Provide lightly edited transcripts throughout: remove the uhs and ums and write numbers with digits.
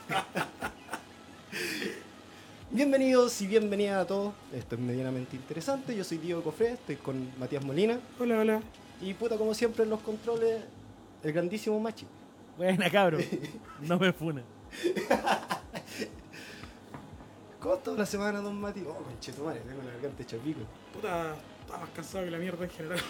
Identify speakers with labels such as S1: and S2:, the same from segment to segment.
S1: Bienvenidos y bienvenidas a todos. Esto es medianamente interesante. Yo soy Diego Cofré, estoy con Matías Molina.
S2: Hola, hola.
S1: Y puta, como siempre en los controles, el grandísimo Machi.
S3: Buena, cabrón. No me funen.
S1: ¿Cómo estuvo la semana, don Mati? Oh, conchetumare, tengo la garganta hecha pico.
S2: Puta, estaba más cansado que la mierda en general.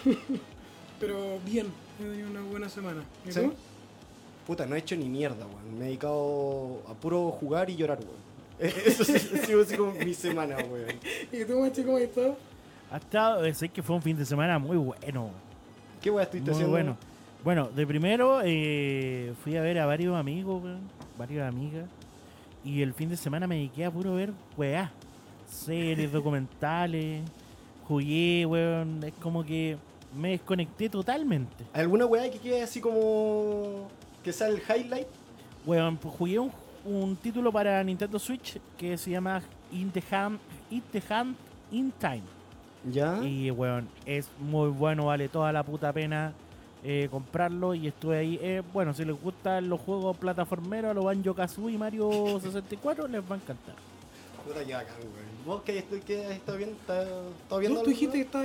S2: Pero bien, he tenido una buena semana. ¿Y
S1: ¿Sí?
S2: tú?
S1: Puta, no he hecho ni mierda, weón. Me he dedicado a puro jugar y llorar, weón. Eso sí, ha sido así como mi semana, weón.
S2: ¿Y tú, macho, cómo has estado?
S3: Ha estado, sé que fue un fin de semana muy bueno.
S1: ¿Qué weón estuviste
S3: Muy
S1: haciendo?
S3: bueno. Bueno, de primero fui a ver a varios amigos, weón, varias amigas. Y el fin de semana me dediqué a puro ver weá. Series, documentales. Jugué, weón. Es como que me desconecté totalmente.
S1: ¿Alguna weá que quede así como que sea el highlight?
S3: Weón, pues jugué un título para Nintendo Switch que se llama In the Hand in Time.
S1: ¿Ya?
S3: Y weón, es muy bueno, vale toda la puta pena comprarlo. Y estuve ahí. Bueno, si les gustan los juegos plataformeros, los Banjo-Kazooie y Mario 64, les va a encantar.
S1: Puta, ya acá, weón. ¿Vos qué has estado bien? ¿Estás viendo
S2: Tú
S1: algo?
S2: dijiste que estabas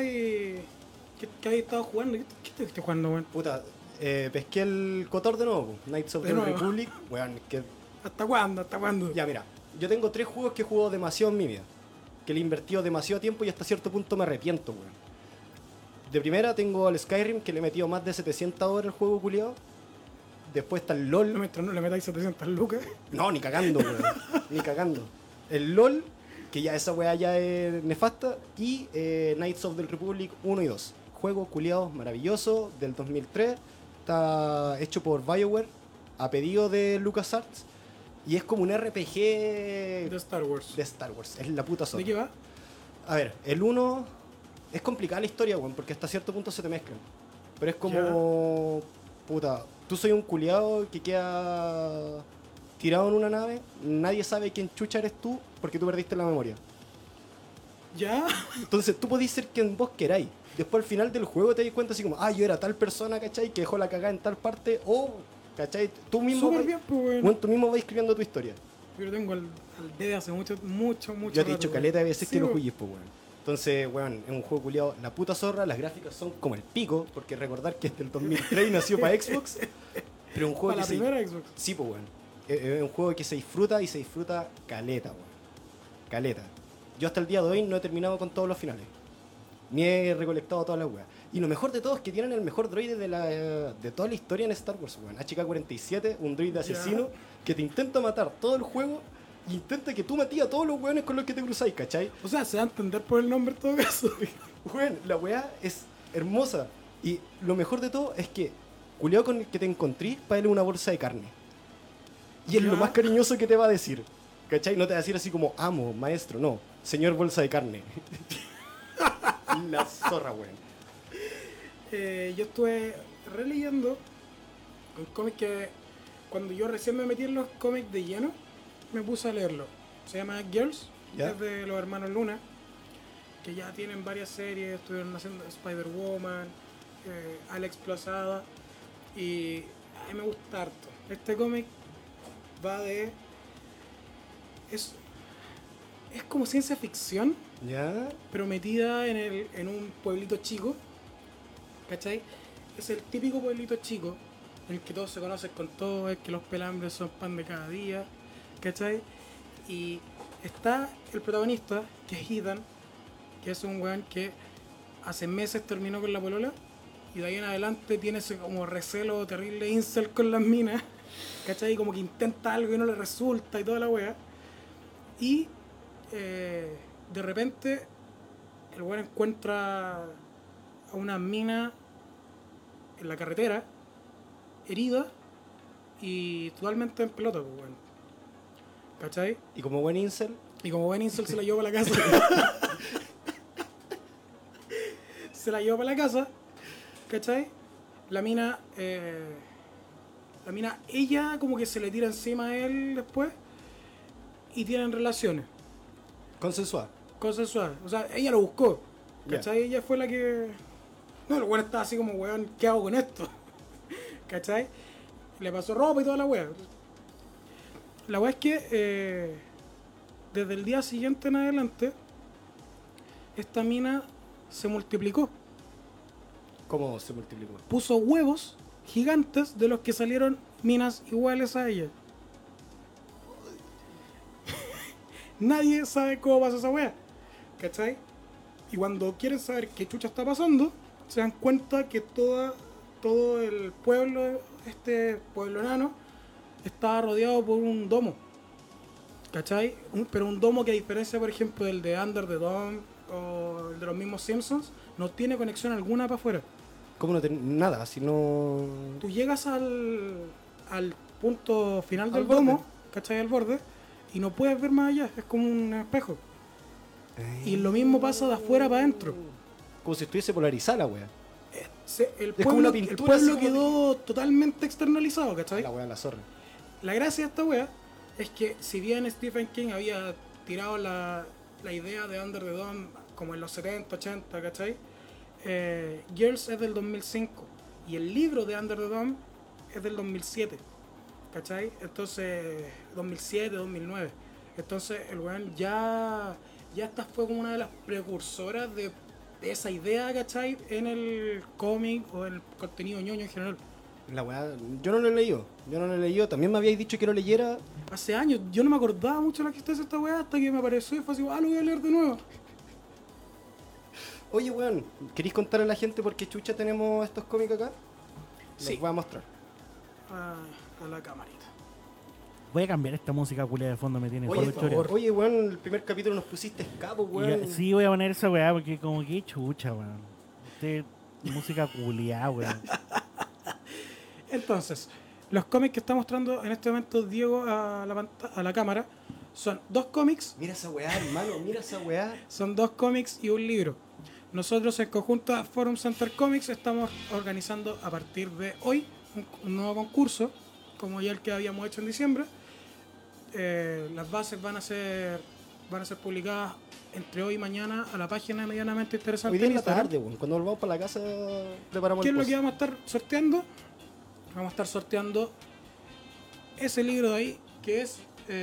S2: que habías estado jugando. ¿Qué estuviste jugando, weón?
S1: Puta, pesqué el Cotor de nuevo, Knights of
S2: De
S1: the
S2: nuevo.
S1: Republic. Weón, que...
S2: ¿Hasta cuándo? ¿Hasta cuándo?
S1: Ya, mira, yo tengo 3 juegos que he jugado demasiado en mi vida. Que le he invertido demasiado tiempo y hasta cierto punto me arrepiento, weón. De primera tengo al Skyrim, que le he metido más de 700 horas al juego culiado. Después está el LOL.
S2: No le metáis 700 lucas.
S1: No, ni cagando, weón. Ni cagando. El LOL, que ya esa weá ya es nefasta. Y Knights of the Republic 1 y 2. Juego culiado maravilloso del 2003. Está hecho por BioWare a pedido de LucasArts. Y es como un RPG
S2: De Star Wars.
S1: de Star Wars. Es la puta zorra.
S2: ¿De qué va?
S1: A ver, el 1 es complicada la historia, weón, porque hasta cierto punto se te mezclan. Pero es como... Puta, tú soy un culiado que queda tirado en una nave, nadie sabe quién chucha eres tú porque tú perdiste la memoria.
S2: ¿Ya?
S1: Entonces tú podés ser quien vos queráis. Después al final del juego te das cuenta así como, yo era tal persona, ¿cachai? Que dejó la cagada en tal parte, o, ¿cachai? Tú mismo,
S2: Súper bien, pues, weón.
S1: bueno, tú mismo vas escribiendo tu historia.
S2: Yo lo tengo al D hace mucho
S1: Yo te he
S2: rato,
S1: dicho
S2: weón.
S1: caleta de veces
S2: Sí,
S1: que lo
S2: weón.
S1: juguís, pues, weón. Entonces, weón, es un juego culiado, la puta zorra, las gráficas son como el pico, porque recordar que es del 2003 y nació para Xbox, pero un juego
S2: Para la
S1: que
S2: primera Xbox.
S1: Sí, pues, weón. Es un juego que se disfruta y se disfruta caleta, weón. Caleta. Yo hasta el día de hoy no he terminado con todos los finales. Ni he recolectado todas las weas. Y lo mejor de todo es que tienen el mejor droide de toda la historia en Star Wars, weón. HK-47, un droide asesino que te intenta matar todo el juego e intenta que tú matías a todos los weones con los que te cruzáis, ¿cachai?
S2: O sea, se va a entender por el nombre en todo caso.
S1: Weón, la wea es hermosa. Y lo mejor de todo es que, culiao con el que te encontrís, para él una bolsa de carne. Y es
S2: Ya.
S1: lo más cariñoso que te va a decir. ¿Cachai? No te va a decir así como, amo, maestro, no. Señor bolsa de carne. La zorra, weón.
S2: Yo estuve releyendo un cómic que cuando yo recién me metí en los cómics de lleno, me puse a leerlo. Se llama Girls,
S1: ¿Ya?
S2: es de los hermanos Luna, que ya tienen varias series, estuvieron haciendo Spider-Woman, Alex Plazada, y a mí me gusta harto. Este cómic va de... Es como ciencia ficción,
S1: ¿Ya?
S2: pero metida en un pueblito chico, ¿cachai? Es el típico pueblito chico, en el que todos se conocen con todos, es que los pelambres son pan de cada día, ¿cachai? Y está el protagonista, que es Ethan, que es un weón que hace meses terminó con la polola, y de ahí en adelante tiene ese como recelo terrible incel con las minas, ¿cachai? Como que intenta algo y no le resulta y toda la wea. Y de repente el weón encuentra a una mina en la carretera, herida y totalmente en pelota, pues, weón. ¿Cachai?
S1: Y como buen incel,
S2: Y como buen incel se la llevó para la casa. Se la llevó para la casa, ¿cachai? La mina, ella como que se le tira encima a él después y tienen relaciones
S1: consensuado.
S2: consensuadas. O sea, ella lo buscó,
S1: Ya.
S2: ¿cachai? Ella fue la que... No, el weón estaba así como, weón, ¿qué hago con esto? ¿Cachai? Le pasó ropa y toda la weá. La weá es que desde el día siguiente en adelante, esta mina se multiplicó.
S1: ¿Cómo se multiplicó?
S2: Puso huevos gigantes de los que salieron minas iguales a ella. Nadie sabe cómo pasa esa weá, ¿cachai? Y cuando quieren saber qué chucha está pasando, se dan cuenta que todo el pueblo, este pueblo enano, estaba rodeado por un domo, ¿cachai? Pero un domo que, a diferencia, por ejemplo, del de Under the Dome o el de los mismos Simpsons, no tiene conexión alguna para afuera.
S1: ¿Cómo no nada? Si no...
S2: Tú llegas al punto final
S1: Al
S2: del
S1: borde.
S2: domo, ¿cachai? Al borde, y no puedes ver más allá, es como un espejo. Y lo mismo pasa de afuera para adentro.
S1: Como si estuviese polarizada la wea.
S2: El
S1: Es como una
S2: pueblo,
S1: pintura así como
S2: quedó totalmente externalizado, ¿cachai?
S1: La wea la zorra.
S2: La gracia de esta wea es que, si bien Stephen King había tirado la idea de Under the Dome como en los 70, 80, ¿cachai? Girls es del 2005 y el libro de Under the Dome es del 2007, ¿cachai? Entonces, 2007, 2009. Entonces, el weón ya esta fue como una de las precursoras de esa idea, ¿cachai? En el cómic o en el contenido ñoño en general.
S1: La wea... Yo no lo he leído. También me habíais dicho que lo leyera.
S2: Hace años, yo no me acordaba mucho de la existencia de esta weá hasta que me apareció y fue así, lo voy a leer de nuevo.
S1: Oye, weón, ¿queréis contar a la gente por qué chucha tenemos estos cómics acá?
S2: Sí.
S1: Les voy a mostrar.
S2: A la camarita.
S3: Voy a cambiar esta música culia de fondo, me tiene
S1: Oye,
S3: todo choreado.
S1: oye, weón, el primer capítulo nos pusiste escapo, weón.
S3: Ya, sí, voy a poner esa weá porque como que chucha, weón. Música culiada, weón.
S2: Entonces, los cómics que está mostrando en este momento Diego a la cámara son 2 cómics,
S1: Mira esa weá, hermano, mira esa weá.
S2: son 2 cómics y un libro. Nosotros en conjunto a Forum Center Comics estamos organizando a partir de hoy un nuevo concurso, como ya el que habíamos hecho en diciembre. Las bases van a ser publicadas entre hoy y mañana a la página Medianamente Interesante.
S1: Hoy día en la
S2: Instagram.
S1: tarde, weón. Cuando volvamos para la casa, preparamos
S2: ¿Qué es
S1: el
S2: lo
S1: post.
S2: que vamos a estar sorteando? Vamos a estar sorteando ese libro de ahí, que es...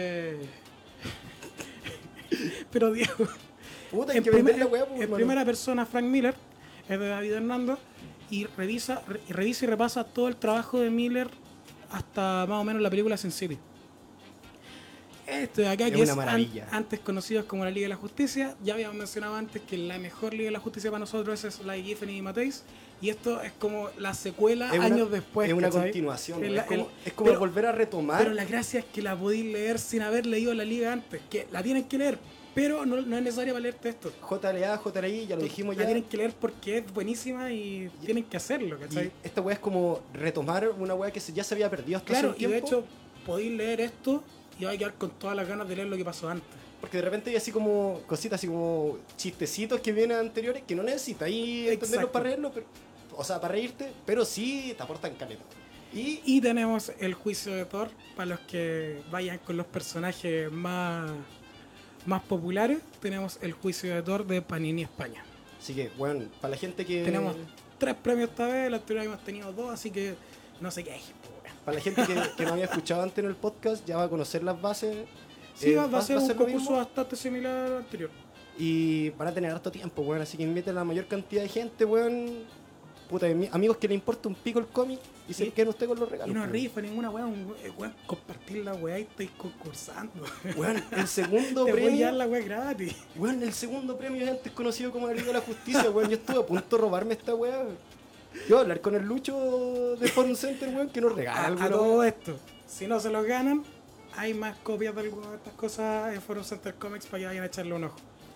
S2: Pero Diego,
S1: Puta, hay que vender la weá, pues,
S2: en
S1: hermano.
S2: primera persona, Frank Miller, es de David Hernando, y revisa y repasa todo el trabajo de Miller hasta más o menos la película Sin City. Esto de acá,
S1: Es
S2: que
S1: una
S2: es
S1: maravilla.
S2: antes conocidos como la Liga de la Justicia. Ya habíamos mencionado antes que la mejor Liga de la Justicia para nosotros es la de Giffen y Mateis, y esto es como la secuela
S1: Es una-
S2: años después.
S1: Es una
S2: ¿cachai?
S1: continuación,
S2: Es
S1: weón.
S2: la-
S1: Es como
S2: pero-
S1: volver a retomar.
S2: Pero la gracia es que la podéis leer sin haber leído la Liga antes, que la tienen que leer, pero no es necesario para leerte esto.
S1: JLA, JLI, ya lo dijimos
S2: La
S1: ya.
S2: tienen que leer porque es buenísima y tienen que hacerlo,
S1: Y
S2: ¿cachai?
S1: esta weá es como retomar una weá que ya se había perdido hasta hace
S2: Claro,
S1: un
S2: y de
S1: tiempo.
S2: hecho podéis leer esto y vais a quedar con todas las ganas de leer lo que pasó antes.
S1: Porque de repente hay así como cositas, así como chistecitos que vienen anteriores que no necesitas ahí entenderlos
S2: Exacto.
S1: para reírlo, o sea, para reírte, pero sí te aportan caleta.
S2: Y tenemos el juicio de Thor para los que vayan con los personajes más populares. Tenemos el juicio de Thor de Panini España.
S1: Así que, bueno, para la gente que...
S2: Tenemos 3 premios esta vez, la anterior hemos tenido 2, así que no sé qué.
S1: Para la gente que no había escuchado antes en el podcast, ya va a conocer las bases.
S2: Sí, va a ser un
S1: lo
S2: concurso
S1: mismo.
S2: bastante similar al anterior.
S1: Y van a tener harto tiempo, weón. Así que inviten a la mayor cantidad de gente, weón. Puta, amigos que le importa un pico el cómic y se
S2: Sí.
S1: queden usted con los regalos.
S2: Y no
S1: weón.
S2: rifa ninguna weá, weón, compartir la weá y estáis concursando.
S1: Weón, el segundo
S2: Te voy a
S1: premio.
S2: dar la weá gratis.
S1: Weón, el segundo premio es antes conocido como la Liga de la Justicia, weón. Yo estuve a punto de robarme esta weá. Yo voy a hablar con el Lucho de Forum Center, weón, que nos regala
S2: A
S1: alguna
S2: todo
S1: weá.
S2: esto, si no se los ganan, hay más copias de algunas de estas cosas en Forum Center Comics para que vayan a echarle un ojo.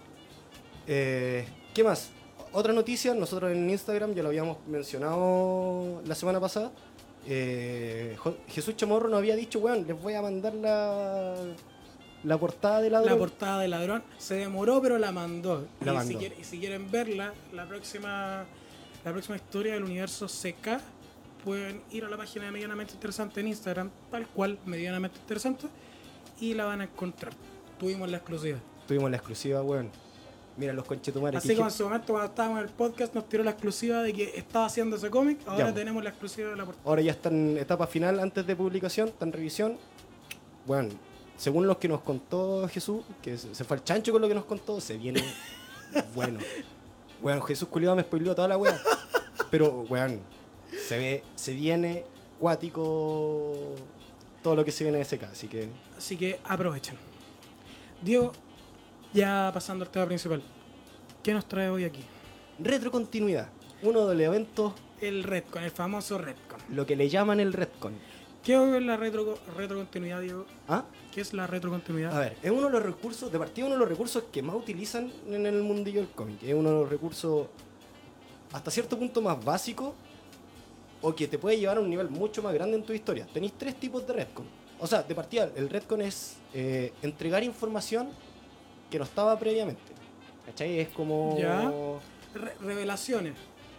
S1: ¿Qué más? Otra noticia, nosotros en Instagram ya lo habíamos mencionado la semana pasada. Jesús Chamorro nos había dicho, weón, les voy a mandar la portada de
S2: La portada de Ladrón se demoró, pero la mandó.
S1: La
S2: y,
S1: mandó.
S2: Si quieren verla, la próxima historia del universo CK, pueden ir a la página de Medianamente Interesante en Instagram, tal cual, Medianamente Interesante, y la van a encontrar. Tuvimos la exclusiva.
S1: Tuvimos la exclusiva, weón. Mira los conchetumares.
S2: Así como en su momento cuando estábamos en el podcast nos tiró la exclusiva de que estaba haciendo ese cómic, ahora
S1: Ya.
S2: tenemos la exclusiva de la portada.
S1: Ahora ya está en etapa final antes de publicación, está en revisión. Bueno, según lo que nos contó Jesús, que se fue al chancho con lo que nos contó, se viene bueno. Weón, Jesús culiado me spoileó toda la weá. Pero, weón, se viene cuático todo lo que se viene de SK,
S2: Así que aprovechen. Diego, ya pasando al tema principal, ¿qué nos trae hoy aquí?
S1: retrocontinuidad. Uno de los eventos,
S2: El Redcon, el famoso Redcon.
S1: lo que le llaman el Redcon.
S2: ¿Qué es la retrocontinuidad, Diego?
S1: ¿Ah?
S2: ¿Qué es la retrocontinuidad?
S1: A ver, es uno de los recursos, de partida uno de los recursos que más utilizan en el mundillo del cómic. Es uno de los recursos hasta cierto punto más básico o que te puede llevar a un nivel mucho más grande en tu historia. Tenéis 3 tipos de retcon. O sea, de partida, el retcon es entregar información que no estaba previamente. ¿Cachai? Es como...
S2: Ya. Revelaciones.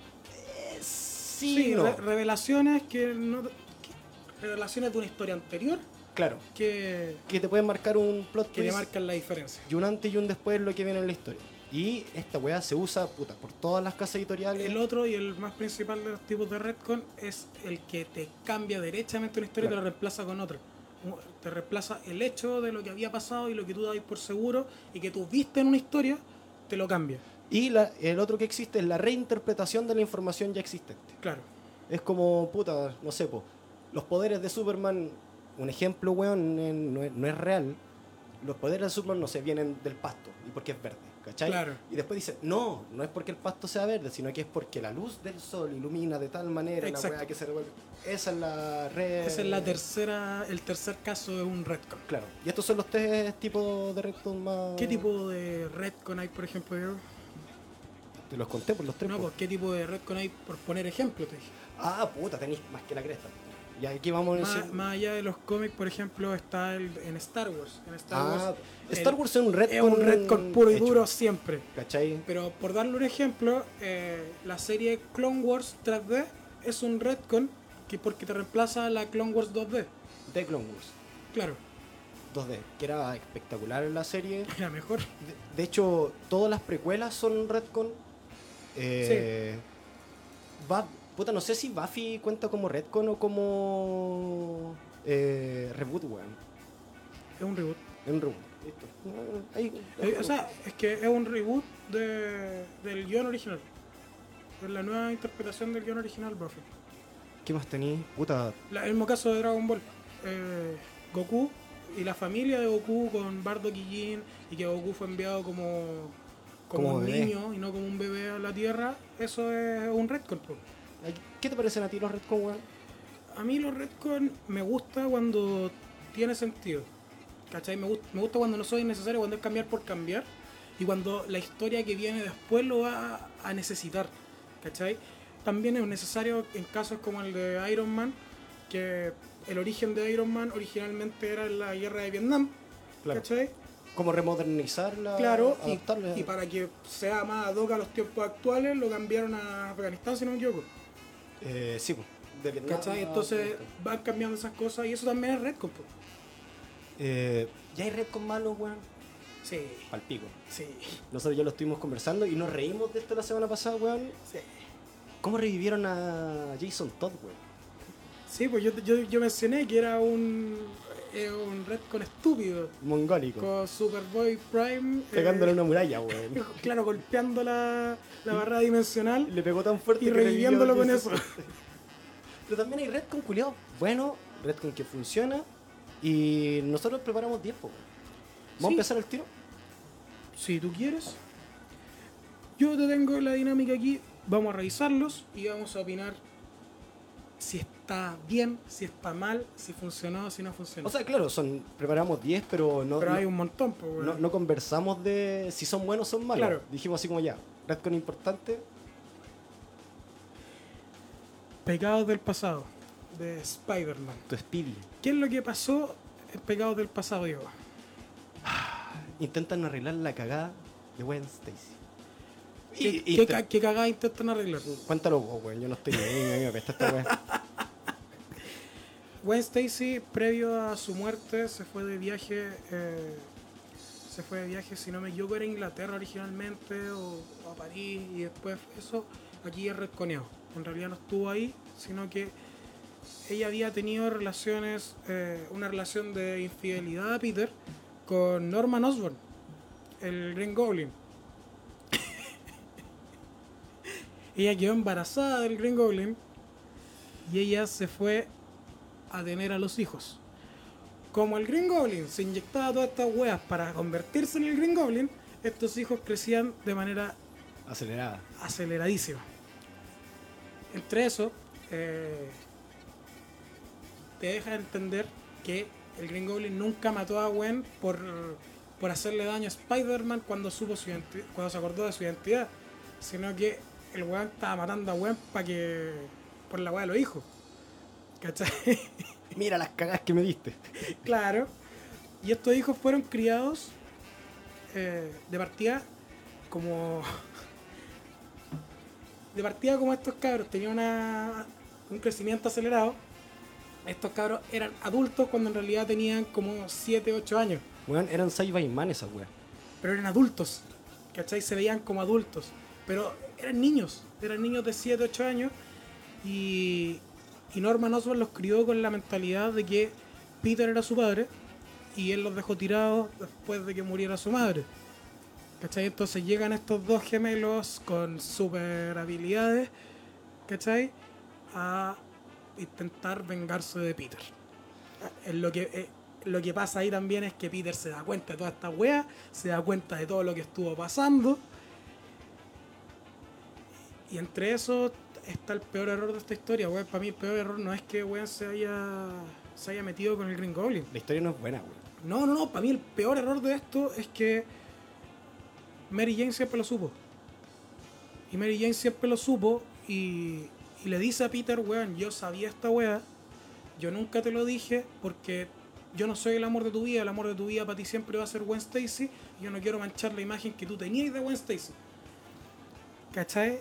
S1: Sí, no.
S2: Revelaciones revelaciones de una historia anterior
S1: Claro.
S2: que
S1: Que te pueden marcar un plot
S2: te
S1: twist
S2: marcan la diferencia.
S1: y un antes y un después en lo que viene en la historia. Y esta weá se usa, puta, por todas las casas editoriales.
S2: El otro y el más principal de los tipos de retcon es el que te cambia derechamente una historia y te
S1: Claro.
S2: la reemplaza con otra. Te reemplaza el hecho de lo que había pasado y lo que tú dabas por seguro y que tú viste en una historia, te lo cambia.
S1: Y el otro que existe es la reinterpretación de la información ya existente.
S2: Claro.
S1: Es como, puta, no sé, los poderes de Superman, un ejemplo, weón, no es real. Los poderes de Superman no se vienen del pasto y porque es verde, ¿cachai?
S2: Claro.
S1: Y después dicen, no es porque el pasto sea verde, sino que es porque la luz del sol ilumina de tal manera
S2: Exacto.
S1: la weá que se revuelve. Esa es la
S2: Ese es el tercer caso de un retcon.
S1: Claro. Y estos son los 3 tipos de retcon más...
S2: ¿Qué tipo de retcon hay, por ejemplo, Diego?
S1: Te los conté por los 3.
S2: No, pues, ¿qué tipo de retcon hay, por poner ejemplo, te dije?
S1: Ah, puta, tenéis más que la cresta. Y aquí vamos a decir...
S2: Más allá de los cómics, por ejemplo, está en Star Wars. En Star
S1: Ah,
S2: Wars,
S1: Star Wars es un retcon...
S2: es un retcon puro y
S1: hecho,
S2: duro siempre.
S1: ¿cachai?
S2: Pero por darle un ejemplo, la serie Clone Wars 3D es un retcon porque te reemplaza la Clone Wars 2D.
S1: De Clone Wars
S2: Claro,
S1: 2D, que era espectacular en la serie.
S2: era mejor.
S1: De hecho, todas las precuelas son retcon. Puta, no sé si Buffy cuenta como retcon o como reboot, weón.
S2: Es un reboot.
S1: Es un reboot. Listo.
S2: O sea, es que es un reboot del guión original. Es la nueva interpretación del guión original, Buffy.
S1: ¿Qué más tenéis? Puta,
S2: El mismo caso de Dragon Ball. Goku y la familia de Goku con Bardock y Jin, y que Goku fue enviado como un
S1: bebé.
S2: niño y no como un bebé a la Tierra, eso es un retcon, po.
S1: ¿qué te parecen a ti los retcon, weón?
S2: A mí los retcon me gusta cuando tiene sentido, ¿cachai? Me gusta cuando no soy necesario, cuando es cambiar por cambiar y cuando la historia que viene después lo va a necesitar, ¿cachai? También es necesario en casos como el de Iron Man, que el origen de Iron Man originalmente era en la guerra de Vietnam,
S1: Claro.
S2: ¿cachai?
S1: Como remodernizarla,
S2: Claro,
S1: adaptarla.
S2: y para que sea más ad hoc a los tiempos actuales, lo cambiaron a Afganistán, si no me equivoco.
S1: Sí, pues. De Vietnam.
S2: ¿Cachai? Entonces van cambiando esas cosas y eso también es retcon, po.
S1: ¿Ya hay retcon malos, weón?
S2: Sí,
S1: Palpico.
S2: sí,
S1: Nosotros ya lo estuvimos conversando y nos reímos de esto la semana pasada, weón.
S2: sí.
S1: ¿Cómo revivieron a Jason Todd, weón?
S2: Sí, pues yo mencioné que era un retcon estúpido.
S1: Mongólico.
S2: Con Superboy Prime.
S1: Pegándole a una muralla, weón.
S2: Claro, golpeando la barra dimensional
S1: Le pegó tan fuerte
S2: y
S1: que revivió
S2: reviviéndolo
S1: a
S2: con
S1: Jason
S2: eso.
S1: Todd. Pero también hay retcon culiado bueno, retcon que funciona y nosotros preparamos 10, weón. ¿Vamos a
S2: Sí.
S1: empezar el tiro?
S2: Si tú quieres. Yo te tengo la dinámica aquí. Vamos a revisarlos y vamos a opinar si está bien, si está mal, si funcionó, si no funcionó.
S1: O sea, claro, preparamos 10, pero no,
S2: Pero
S1: no,
S2: hay un montón, pues, weón.
S1: no conversamos de si son buenos o son malos.
S2: Claro.
S1: Dijimos así como ya, retcon importante.
S2: Pecados del pasado, de Spider-Man.
S1: Tu Speedy.
S2: ¿Qué es lo que pasó en Pecados del pasado, Diego?
S1: Intentan arreglar la cagada de Gwen Stacy.
S2: ¿Qué cagada intentan arreglar?
S1: Cuéntalo vos, weón. Yo no estoy ni me apesta esta weón.
S2: Gwen Stacy, previo a su muerte, se fue de viaje, si no me equivoco, era a Inglaterra originalmente, o a París, y después eso, aquí es retconeado. En realidad no estuvo ahí, sino que ella había tenido relaciones, una relación de infidelidad a Peter con Norman Osborn, el Green Goblin. Ella quedó embarazada del Green Goblin y ella se fue a tener a los hijos. Como el Green Goblin se inyectaba todas estas weas para convertirse en el Green Goblin, estos hijos crecían de manera
S1: Acelerada.
S2: aceleradísima. Entre eso, te deja entender que el Green Goblin nunca mató a Gwen por hacerle daño a Spider-Man cuando cuando se acordó de su identidad, sino que el weón estaba matando a Gwen por la wea de los hijos. ¿Cachai?
S1: Mira las cagas que me diste.
S2: Claro. Y estos hijos fueron criados de partida como estos cabros tenían un crecimiento acelerado. Estos cabros eran adultos cuando en realidad tenían como 7, 8 años.
S1: Weón, eran Saiyaman esas weas.
S2: Pero eran adultos, ¿cachai? Se veían como adultos. Pero eran niños de 7, 8 años. Y Norman Osborn los crió con la mentalidad de que Peter era su padre y él los dejó tirados después de que muriera su madre. ¿Cachai? Entonces llegan estos dos gemelos con super habilidades, ¿cachai? A intentar vengarse de Peter. Lo que pasa ahí también es que Peter se da cuenta de toda esta wea, se da cuenta de todo lo que estuvo pasando. Y entre eso está el peor error de esta historia, weón. Para mí el peor error no es que weón se haya metido con el Green Goblin.
S1: La historia no es buena, weón.
S2: No, para mí el peor error de esto es que Mary Jane siempre lo supo. Y Mary Jane siempre lo supo y le dice a Peter, weón, yo sabía esta wea, yo nunca te lo dije porque yo no soy el amor de tu vida, el amor de tu vida para ti siempre va a ser Gwen Stacy y yo no quiero manchar la imagen que tú tenías de Gwen Stacy. ¿Cachai?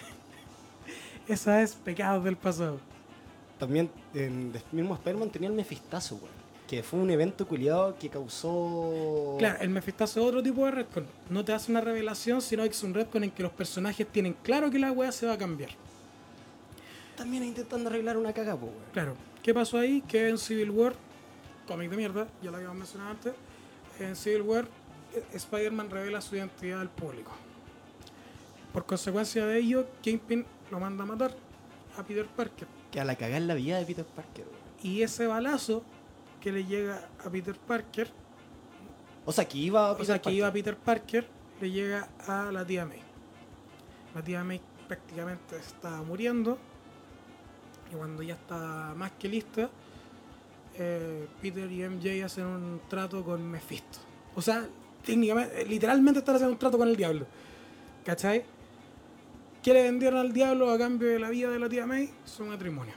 S2: Esa es pecados del pasado.
S1: También en el mismo Spider-Man tenía el Mefistazo, weón. Que fue un evento culiado que causó...
S2: Claro, el Mefistazo es otro tipo de retcon. No te hace una revelación, sino que es un retcon en que los personajes tienen claro que la wea se va a cambiar.
S1: También intentando arreglar una caga, po, weón.
S2: Claro. ¿Qué pasó ahí? Que en Civil War, cómic de mierda, ya lo habíamos mencionado antes, en Civil War Spider-Man revela su identidad al público. Por consecuencia de ello, Kingpin lo manda a matar a Peter Parker.
S1: Que a la cagada en la vida de Peter Parker, weón.
S2: Y ese balazo que le llega a Peter Parker,
S1: O sea, que iba a
S2: Peter Parker, le llega a la tía May. La tía May prácticamente está muriendo. Y cuando ya está más que lista, Peter y MJ hacen un trato con Mephisto. O sea, técnicamente, literalmente están haciendo un trato con el diablo. ¿Cachai? ¿Qué le vendieron al diablo a cambio de la vida de la tía May? Su matrimonio.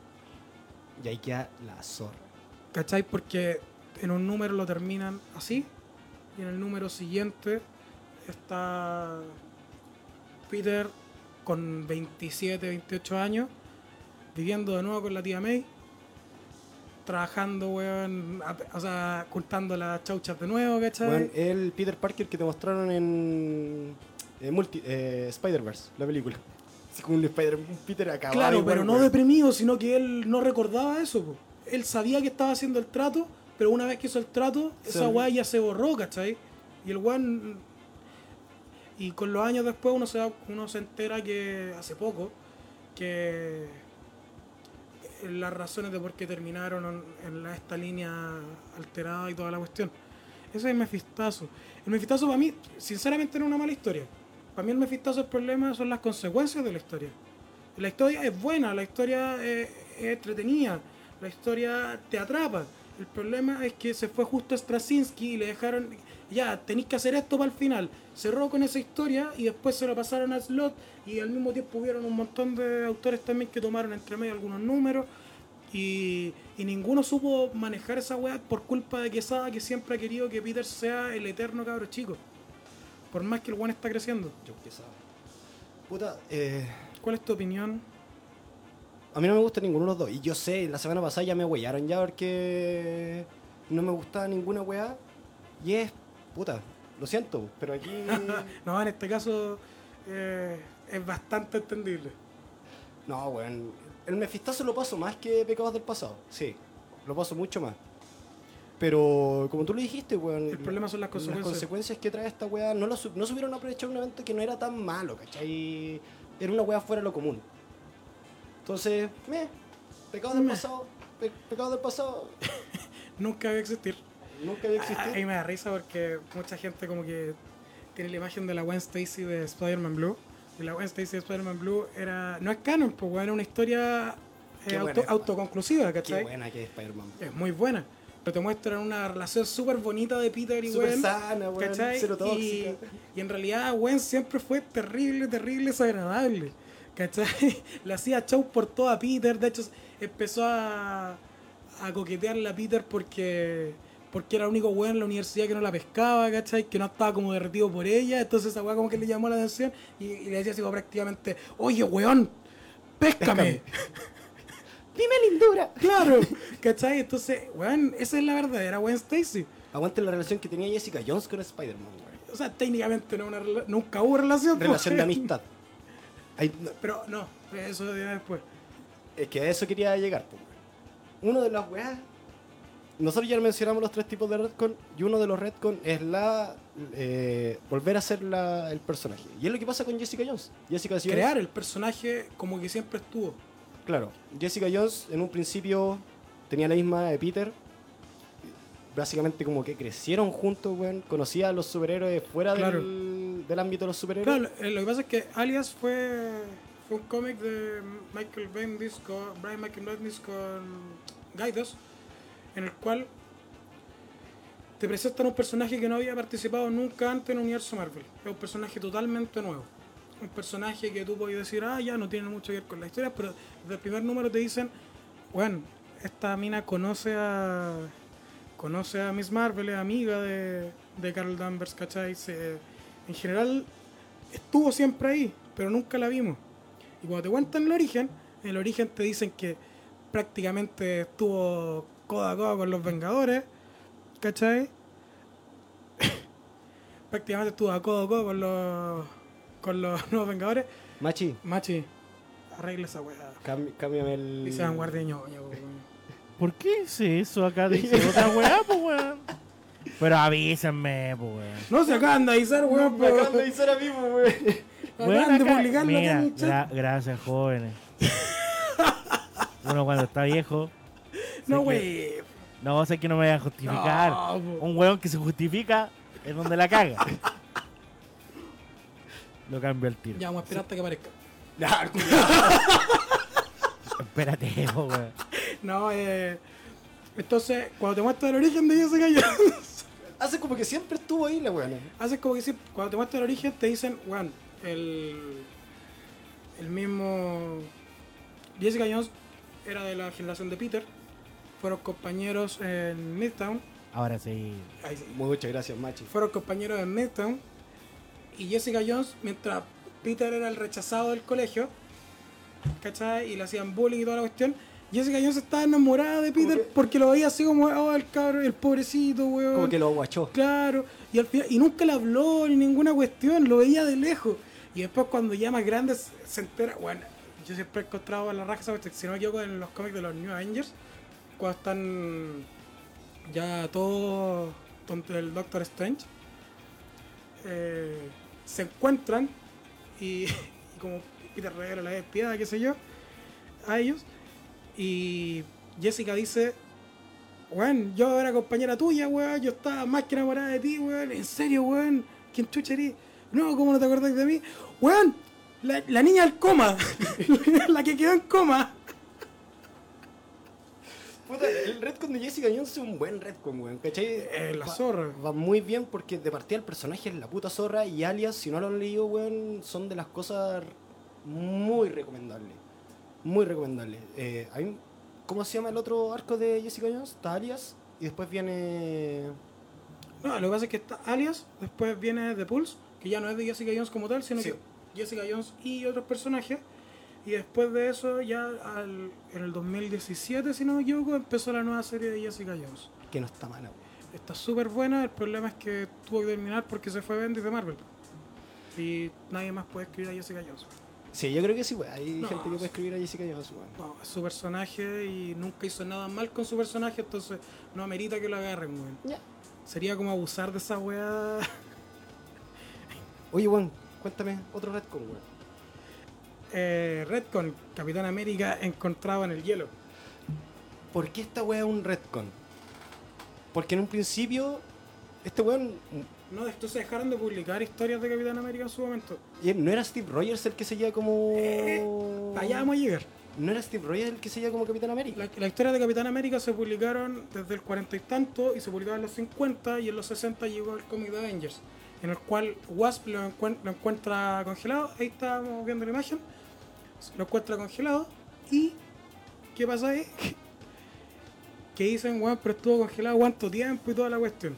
S1: Y ahí queda la zorra.
S2: ¿Cachai? Porque en un número lo terminan así y en el número siguiente está Peter con 27, 28 años viviendo de nuevo con la tía May, trabajando, weón, o sea, ocultando las chauchas de nuevo, ¿cachai?
S1: Weón, el Peter Parker que te mostraron en Spider-Verse, la película. Así como un Peter acabado.
S2: Claro,
S1: igual,
S2: pero no
S1: weón.
S2: deprimido, sino que él no recordaba eso, po. Él sabía que estaba haciendo el trato, pero una vez que hizo el trato, esa weá ya se borró, ¿cachai? Y el weón... Y con los años después uno se entera que hace poco, que las razones de por qué terminaron en esta línea alterada y toda la cuestión. Ese es el Mefistazo. El Mefistazo para mí, sinceramente, no es una mala historia. Para mí el Mefistazo, el problema son las consecuencias de la historia. La historia es buena, la historia es entretenida, la historia te atrapa. El problema es que se fue justo a Straczynski y le dejaron, ya, tenéis que hacer esto para el final. Cerró con esa historia y después se lo pasaron a Slott y al mismo tiempo hubieron un montón de autores también que tomaron entre medio algunos números y ninguno supo manejar esa weá por culpa de Quesada, que siempre ha querido que Peter sea el eterno cabro chico. Por más que el weón está creciendo.
S1: Yo Quesada. Puta,
S2: ¿Cuál es tu opinión?
S1: a mí no me gusta ninguno de los dos. Y yo sé, la semana pasada ya me huellaron ya porque no me gustaba ninguna weá. Y es, puta, lo siento, pero aquí...
S2: No, en este caso es bastante entendible.
S1: No, weón. el Mefistazo lo paso más que Pecados del Pasado, sí, lo paso mucho más. Pero, como tú lo dijiste, weón,
S2: El problema son las consecuencias.
S1: que trae esta weá, no supieron aprovechar un evento que no era tan malo, ¿cachai? Era una weá fuera de lo común. Entonces, Pecados del Pasado, Pecados del Pasado,
S2: Nunca debe existir.
S1: nunca había existido.
S2: Ahí me da risa porque mucha gente como que tiene la imagen de la Gwen Stacy de Spider-Man Blue. Y la Gwen Stacy de Spider-Man Blue no es canon, pues weón, era una historia
S1: Qué buena es,
S2: autoconclusiva,
S1: Qué
S2: ¿cachai?
S1: buena que es Spider-Man.
S2: Es muy buena. Pero te muestran una relación súper bonita de Peter y
S1: Súper
S2: Gwen.
S1: sana, weón,
S2: ¿cachai?
S1: cero tóxica.
S2: Y en realidad Gwen siempre fue terrible, desagradable. ¿Cachai? Le hacía show por todo a Peter. De hecho, empezó a coquetearle a Peter porque era el único weón en la universidad que no la pescaba, ¿cachai? Que no estaba como derretido por ella. Entonces esa weá como que le llamó la atención y le decía así como prácticamente, oye weón, péscame.
S1: Dime lindura.
S2: Claro, ¿cachai? Entonces, weón, esa es la verdadera Gwen Stacy.
S1: Aguante la relación que tenía Jessica Jones con Spider-Man, weón.
S2: O sea, técnicamente nunca hubo relación.
S1: Relación de
S2: weón.
S1: amistad.
S2: Pero no, eso viene después.
S1: Es que a eso quería llegar, pues, weón. Uno de las weas. Nosotros ya mencionamos los 3 tipos de retcon. Y uno de los retcon es volver a ser el personaje. Y es lo que pasa con Jessica Jones.
S2: Crear el personaje como que siempre estuvo.
S1: Claro, Jessica Jones en un principio tenía la misma de Peter. Básicamente como que crecieron juntos, weón. Conocía a los superhéroes fuera
S2: Claro.
S1: del ámbito de los superhéroes.
S2: Claro, lo que pasa es que Alias fue un cómic de Brian Michael Bendis con Gaidos, en el cual te presentan un personaje que no había participado nunca antes en el universo Marvel. Es un personaje totalmente nuevo. Un personaje que tú podías decir, ya no tiene mucho que ver con la historia, pero desde el primer número te dicen, bueno, esta mina conoce a Miss Marvel, es amiga de Carol Danvers, ¿cachai? En general estuvo siempre ahí, pero nunca la vimos. Y cuando te cuentan en el origen te dicen que prácticamente estuvo codo a codo con los Vengadores, ¿cachai? Prácticamente estuvo a codo a codo con los nuevos Vengadores.
S1: Machi,
S2: Arregla esa weá.
S1: cámbiame el...
S2: Y se van guardiño.
S3: ¿Por qué hice eso acá? Dice otra weá, pues weón. Pero avísenme, pues weón.
S2: No se acaban de avisar, weón.
S1: Me acaban de avisar a mí, weón.
S2: Acaban de
S3: acá-
S2: publicarlo acá
S3: mira,
S2: en el chat.
S3: gracias, jóvenes. Uno cuando está viejo.
S2: No,
S3: sé que-
S2: wey.
S3: No, sé que no me voy a justificar.
S2: No, po.
S3: Un weón que se justifica es donde la caga. Lo cambio al tiro.
S2: Ya, vamos a esperar hasta que aparezca.
S1: Ya,
S3: Espérate, po, weón.
S2: No, entonces, cuando te muestran el origen de Jessica Jones,
S1: hace como que siempre estuvo ahí la weón.
S2: haces como que siempre, cuando te muestran el origen te dicen, weón, el mismo Jessica Jones era de la generación de Peter, fueron compañeros en Midtown.
S3: Ahora sí.
S2: Ahí sí.
S1: Muchas gracias, Machi.
S2: Fueron compañeros en Midtown. Y Jessica Jones, mientras Peter era el rechazado del colegio, ¿cachai? Y le hacían bullying y toda la cuestión, Jessica Jones estaba enamorada de Peter
S1: que-
S2: porque lo veía así como, el cabrón, el pobrecito, weón.
S1: Como que lo guachó.
S2: Claro, y al final, y nunca le habló ni ninguna cuestión, lo veía de lejos. Y después cuando ya más grande se entera, bueno, yo siempre he encontrado a la raja esa cuestión, si no me equivoco, en los cómics de los New Avengers, cuando están ya todos contra el Doctor Strange, se encuentran y como Peter regala la despedida, qué sé yo, a ellos, y Jessica dice, weón, yo era compañera tuya, weón, yo estaba más que enamorada de ti, weón, en serio, weón, ¿quién chucha eres? No, ¿cómo no te acordás de mí? Weón, la niña del coma, la que quedó en coma.
S1: Puta, el retcon de Jessica Jones es un buen retcon, weón, ¿cachai?
S2: La zorra.
S1: Va muy bien porque de partida el personaje es la puta zorra y Alias, si no lo han leído, weón, son de las cosas muy recomendables. Muy recomendables. ¿Cómo se llama el otro arco de Jessica Jones? Está Alias y después viene...
S2: No, lo que pasa es que está Alias, después viene The Pulse, que ya no es de Jessica Jones como tal, sino
S1: Sí.
S2: que Jessica Jones y otros personajes. Y después de eso, ya en el 2017, si no me equivoco, empezó la nueva serie de Jessica Jones.
S1: Que no está mala, weón.
S2: Está súper buena, el problema es que tuvo que terminar porque se fue Bendis de Marvel. Y nadie más puede escribir a Jessica Jones.
S1: Sí, yo creo que sí, weón. Hay
S2: No,
S1: gente que puede escribir a Jessica Jones, weón.
S2: No, es su personaje y nunca hizo nada mal con su personaje, entonces no amerita que lo agarren, weón.
S1: Ya.
S2: Sería como abusar de esa weá.
S1: Oye, weón, cuéntame otro retcon, weón.
S2: Redcon, Capitán América encontrado en el hielo.
S1: ¿Por qué esta weá es un retcon? Porque en un principio, este weón
S2: No, esto se dejaron de publicar historias de Capitán América en su momento.
S1: no era Steve Rogers el que seguía como.
S2: Allá vamos a llegar.
S1: ¿No era Steve Rogers el que seguía como Capitán América?
S2: La historia de Capitán América se publicaron desde el 40 y tanto y se publicaron en los 50 y en los 60 llegó el cómic de Avengers, en el cual Wasp lo encuentra congelado. Ahí estamos viendo la imagen. Lo encuentra congelado y ¿qué pasa ahí? Que dicen, weón, pero estuvo congelado cuánto tiempo y toda la cuestión.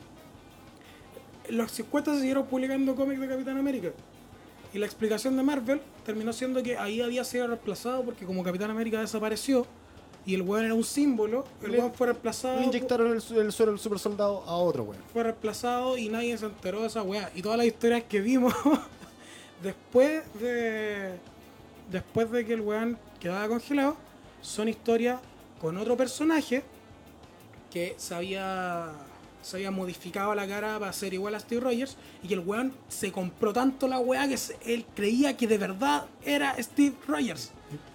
S2: En los 50 se siguieron publicando cómics de Capitán América. Y la explicación de Marvel terminó siendo que ahí había sido reemplazado porque como Capitán América desapareció y el weón era un símbolo, el weón fue reemplazado.
S1: Le inyectaron el suero del super soldado a otro weón.
S2: Fue reemplazado y nadie se enteró de esa weá. Y todas las historias que vimos después de que el weón quedaba congelado son historias con otro personaje que se había modificado la cara para ser igual a Steve Rogers y que el weón se compró tanto la weá que él creía que de verdad era Steve Rogers.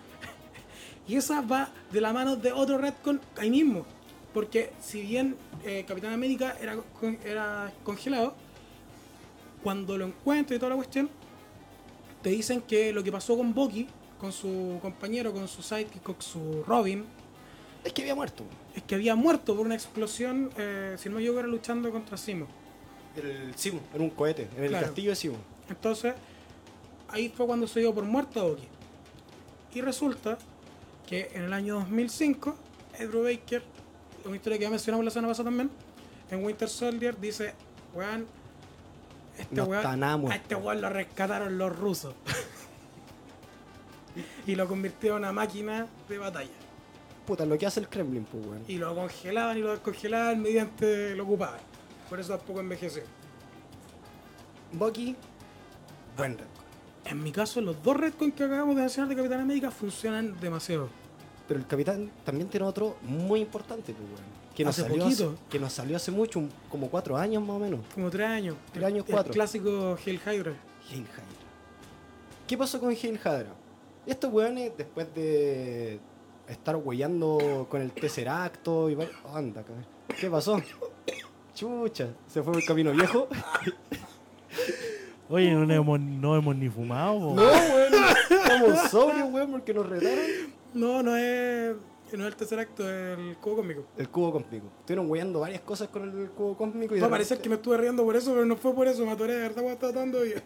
S2: Y esa va de la mano de otro retcon ahí mismo. Porque si bien Capitán América era congelado, cuando lo encuentran y toda la cuestión, te dicen que lo que pasó con Bucky, con su compañero, con su sidekick, con su Robin,
S1: Es que había muerto.
S2: es que había muerto por una explosión, si no me equivoco, era luchando contra Simo.
S1: El Simo, en un cohete, en el
S2: Claro.
S1: castillo de Simo.
S2: Entonces, ahí fue cuando se dio por muerto a Bucky. Y resulta que en el año 2005, Andrew Baker, una historia que ya mencionamos la semana pasada también, en Winter Soldier dice, weón,
S1: No está nada
S2: a
S1: muerto.
S2: este weón lo rescataron los rusos. Y lo convirtió en una máquina de batalla.
S1: Puta, lo que hace el Kremlin, pues weón.
S2: Y lo congelaban y lo descongelaban mediante lo ocupaban. Por eso tampoco envejeció.
S1: Bucky, buen retcon.
S2: En mi caso, los dos retcons que acabamos de mencionar de Capitán América funcionan demasiado.
S1: Pero el Capitán también tiene otro muy importante, pues weón. Que nos
S2: Hace
S1: salió
S2: poquito.
S1: que nos salió hace mucho, como 4 años más o menos.
S2: Como 3 años.
S1: 3 años,
S2: El
S1: 4.
S2: clásico Hail Hydra.
S1: Hail Hydra. ¿Qué pasó con Hail Hydra? Estos weones, después de estar huellando con el Tesseracto y anda, cabrón. ¿Qué pasó? Chucha, se fue por el camino viejo.
S3: Oye, no hemos ni fumado, po.
S1: No, weón, estamos sobrios, weón, porque nos retaron.
S2: No es el tercer acto, es el cubo cósmico.
S1: El cubo cósmico. Estuvieron huellando varias cosas con el cubo cósmico y
S2: Va a
S1: de
S2: parecer
S1: repente-
S2: que me estuve riendo por eso, pero no fue por eso, me atoré de verdad cuando estaba tratando y...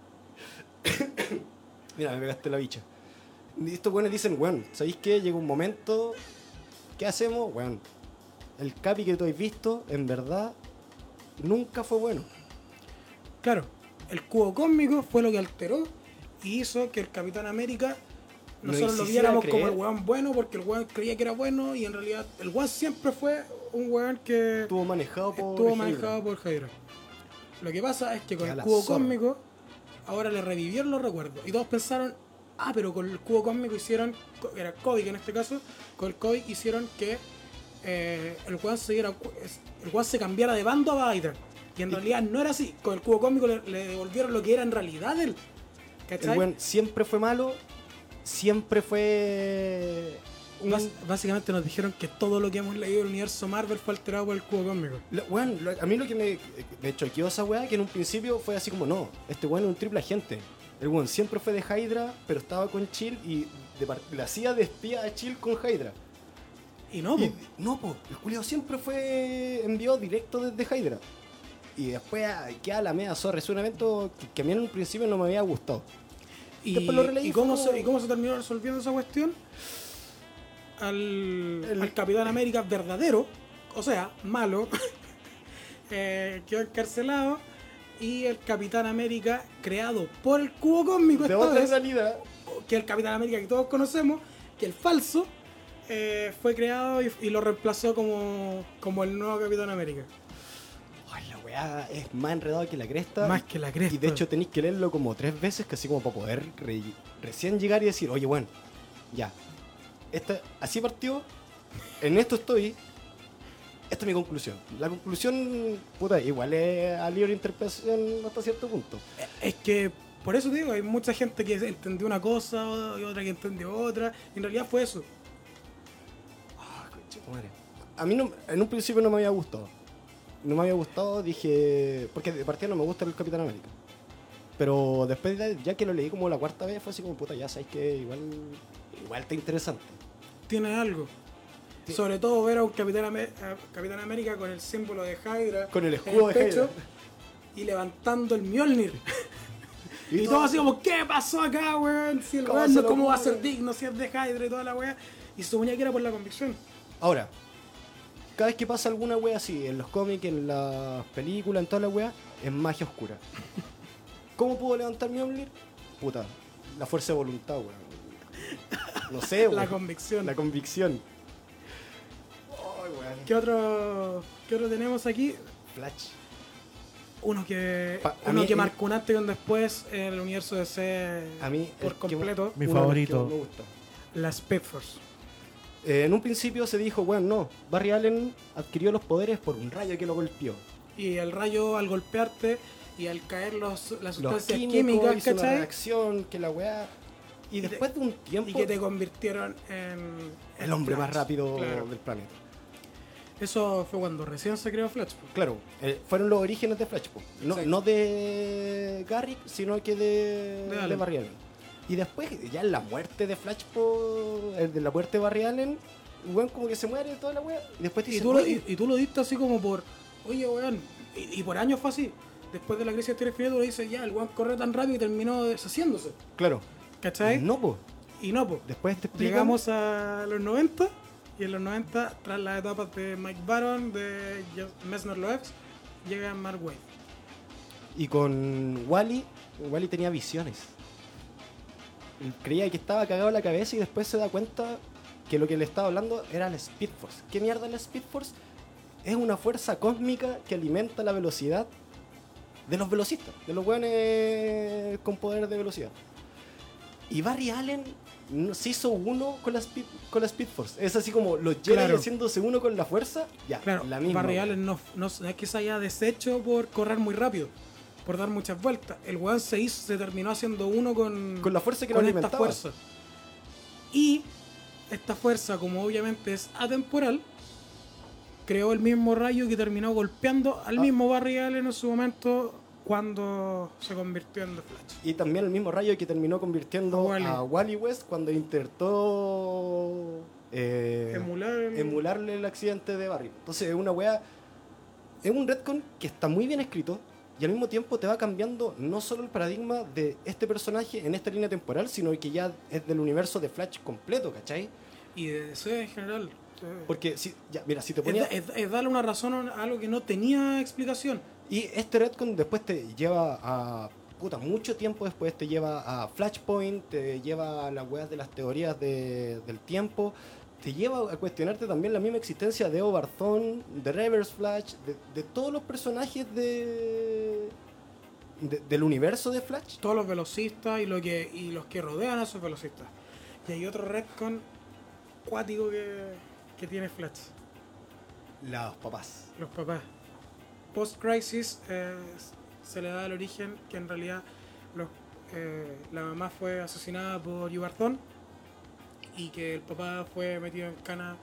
S1: Mira, me pegaste la bicha. Y estos weones dicen, weón, ¿sabéis qué? Llega un momento. ¿Qué hacemos? Weón, el Capi que tú has visto, en verdad, nunca fue bueno.
S2: Claro, el cubo cósmico fue lo que alteró y hizo que el Capitán América
S1: Nos
S2: nosotros lo
S1: hiciera
S2: viéramos como
S1: creer-
S2: el weón bueno porque el weón creía que era bueno y en realidad el weón siempre fue un weón que
S1: Estuvo manejado por.
S2: estuvo
S1: Hydra.
S2: manejado por Hydra. Lo que pasa es que con
S1: Queda
S2: el
S1: la
S2: cubo
S1: zorra.
S2: cósmico ahora le revivieron los recuerdos y todos pensaron, pero con el cubo cósmico hicieron, era Kovic en este caso, con el Kovic hicieron que el weón se cambiara de bando a Hydra. Y en realidad no era así. Con el cubo cósmico le devolvieron lo que era en realidad él.
S1: El
S2: ¿Cachai?
S1: weón siempre fue malo, siempre fue.
S2: Básicamente nos dijeron que todo lo que hemos leído del universo Marvel fue alterado por el cubo cósmico.
S1: Weón, a mí lo que me choqueó esa weá, que en un principio fue así como, no, este weón es un triple agente. El weón siempre fue de Hydra, pero estaba con Chill y le hacía de espía a Chill con Hydra.
S2: Y no, po.
S1: No, po, el culiao siempre fue enviado directo desde Hydra. Y después queda la media zorra. Es un evento que a mí en un principio no me había gustado.
S2: Y,
S1: Después lo releí,
S2: ¿y cómo,
S1: fue como-
S2: ¿Y cómo se terminó resolviendo esa cuestión? Al Capitán América verdadero, o sea, malo, quedó encarcelado. Y el Capitán América creado por el cubo cósmico
S1: De
S2: esta
S1: otra
S2: vez,
S1: realidad.
S2: que el Capitán América que todos conocemos, que el falso, fue creado y lo reemplazó como el nuevo Capitán América.
S1: Ay, la weá weá es más enredado que la cresta.
S2: Más que la cresta.
S1: Y de hecho tenéis que leerlo como 3 veces, casi como para poder recién llegar y decir, oye, bueno, ya. Así partió, en esto estoy, esta es mi conclusión. La conclusión, puta, igual es a libre interpretación hasta cierto punto.
S2: Es que, por eso te digo, hay mucha gente que entendió una cosa y otra que entendió otra. Y en realidad fue eso.
S1: Ah, conchetumare. A mí no, en un principio no me había gustado. No me había gustado, dije... Porque de partida no me gusta el Capitán América. Pero después, ya que lo leí como la 4ª vez, fue así como, puta, ya sabes que igual está interesante.
S2: Tiene algo.
S1: Sí.
S2: Sobre todo ver a un Capitán América con el símbolo de Hydra
S1: Con el
S2: en
S1: escudo de
S2: pecho
S1: Hydra.
S2: y levantando el Mjolnir. Y todo así como, ¿qué pasó acá, weón? Si el
S1: ¿Cómo
S2: weón
S1: se
S2: no,
S1: lo
S2: ¿cómo va a
S1: ocurre?
S2: ser digno si es de Hydra y toda la weá? Y se suponía que era por la convicción.
S1: Ahora, cada vez que pasa alguna wea así, en los cómics, en las películas, en toda la wea, es magia oscura. ¿Cómo puedo levantar Mjolnir? Puta, la fuerza de voluntad, weón. No sé, weón.
S2: La convicción.
S1: La convicción. Ay, weón.
S2: ¿Qué otro tenemos aquí?
S1: Flash.
S2: Uno que
S1: A mí,
S2: marcó un antes y un después en el universo DC
S1: A mí,
S2: por
S1: el que
S2: completo.
S3: Mi
S1: uno de los que
S3: favorito.
S1: más me gusta.
S2: La Speed Force.
S1: En un principio se dijo, bueno, no, Barry Allen adquirió los poderes por un rayo que lo golpeó.
S2: Y el rayo al golpearte y al caer las
S1: Los
S2: sustancias
S1: químicos,
S2: químicas,
S1: hizo una
S2: ¿cachai?
S1: reacción, que la weá... Y después de un tiempo,
S2: Y que te convirtieron en...
S1: el hombre
S2: Flash.
S1: más rápido
S2: Claro.
S1: del planeta.
S2: Eso fue cuando recién se creó Flash. pues.
S1: Claro, fueron los orígenes de Flash, po.
S2: Exacto.
S1: No de Garrick, sino que
S2: De
S1: de
S2: Allen.
S1: Barry Allen. Y después, ya en la muerte de Flash, de la muerte de Barry Allen, el weón como que se muere toda la weá. Y después te
S2: Y
S1: dice,
S2: tú, lo,
S1: "Oye,
S2: y tú lo diste así como por... Oye, weón. Y por años fue así. Después de la crisis de Tierra Infinita, tú le dices, ya, el weón corre tan rápido y terminó deshaciéndose.
S1: claro,
S2: ¿Cachai?
S1: no, po.
S2: Y no, pues.
S1: Después te explican,
S2: Llegamos a los 90 y en los 90, tras las etapas de Mike Baron, de Messner Loebs, llega Mark Waid.
S1: y con Wally tenía visiones. Él creía que estaba cagado en la cabeza y después se da cuenta que lo que le estaba hablando era la Speed Force. ¿Qué mierda es la Speed Force? Es una fuerza cósmica que alimenta la velocidad de los velocistas, de los weones con poder de velocidad. Y Barry Allen se hizo uno con la Speed Force. Es así como los Jedi
S2: Claro.
S1: haciéndose uno con la fuerza. Ya,
S2: Claro,
S1: la misma.
S2: Barry
S1: weón.
S2: Allen no es que se haya deshecho por correr muy rápido, por dar muchas vueltas. El weón se terminó haciendo uno con
S1: Con la fuerza que lo
S2: con esta
S1: alimentaba.
S2: fuerza. Y esta fuerza, como obviamente es atemporal, creó el mismo rayo que terminó golpeando al mismo Barry Allen en su momento cuando se convirtió en The Flash.
S1: Y también el mismo rayo que terminó convirtiendo
S2: Wally.
S1: a Wally West cuando intentó emularle el accidente de Barry. Entonces es una weá, es un retcon que está muy bien escrito y al mismo tiempo te va cambiando no solo el paradigma de este personaje en esta línea temporal, sino que ya es del universo de Flash completo, ¿cachai?
S2: Y de DC en general.
S1: Porque si, ya, mira, si te ponía...
S2: Es darle una razón a algo que no tenía explicación.
S1: Y este retcon después te lleva a... Puta, mucho tiempo después te lleva a Flashpoint, te lleva a las weas de las teorías del tiempo, te lleva a cuestionarte también la misma existencia de Evo Barzón, de Reverse Flash, de todos los personajes del universo de Flash.
S2: Todos los velocistas y los que rodean a esos velocistas. Y hay otro retcon cuático que tiene Flash.
S1: Los papás.
S2: Los papás. Post-Crisis se le da el origen que en realidad la mamá fue asesinada por Yubarzón y que el papá fue metido en cana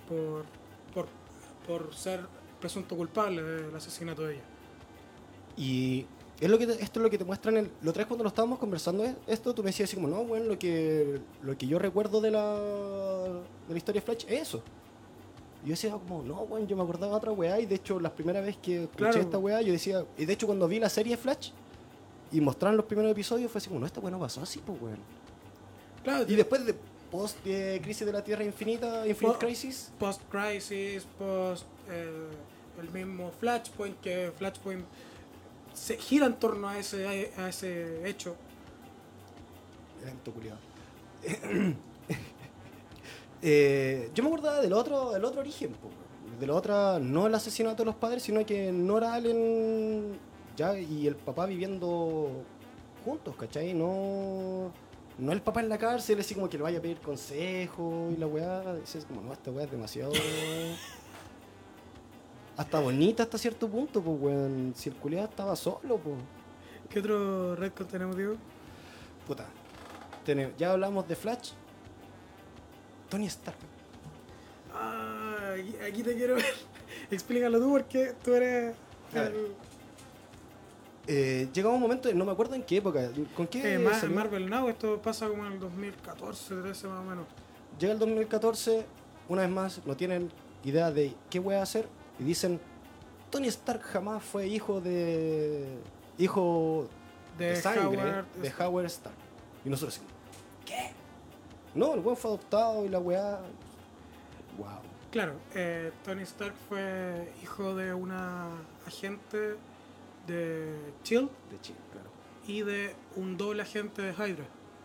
S2: por ser presunto culpable del asesinato de ella.
S1: Y esto es lo que te muestran. Lo otra vez cuando lo estábamos conversando, esto tú me decías así como, no, bueno, lo que yo recuerdo de la historia de Flash es eso. Y yo decía como, no, bueno, yo me acordaba de otra weá. Y de hecho, la primera vez que escuché
S2: Claro.
S1: esta weá, yo decía... Y de hecho, cuando vi la serie Flash y mostraron los primeros episodios, fue así como, no, esta weá no pasó así, pues weón.
S2: Claro,
S1: Y después de Crisis de la Tierra Infinita, Infinite
S2: Po-
S1: Crisis...
S2: Post-Crisis, el mismo Flashpoint, que Flashpoint se gira en torno a ese hecho.
S1: Evento culiado. Yo me acordaba del otro origen, po, de la otra, no el asesinato de los padres, sino que Nora Allen ya y el papá viviendo juntos, ¿cachai? No el papá en la cárcel, así como que le vaya a pedir consejo y la weá. Dices como, no, esta weá es demasiado. Hasta bonita hasta cierto punto, pues weón. Si el culiado estaba solo, pues.
S2: ¿Qué otro Redcon tenemos, Diego?
S1: Puta. Ya hablamos de Flash. Tony Stark.
S2: Ah, aquí te quiero ver. Explícalo tú porque tú eres
S1: A ver. Llegaba un momento, no me acuerdo en qué época. ¿Con qué salió?
S2: Marvel Now. Esto pasa como en el 2014, 13 más o menos.
S1: Llega el 2014, una vez más, no tienen idea de qué voy a hacer y dicen, Tony Stark jamás fue hijo de sangre de Howard Stark. Y nosotros decimos, ¿qué? No, el weón fue adoptado y la weá... Wow.
S2: Claro, Tony Stark fue hijo de una agente de S.H.I.E.L.D.
S1: De Chile, claro.
S2: y de un doble agente de Hydra.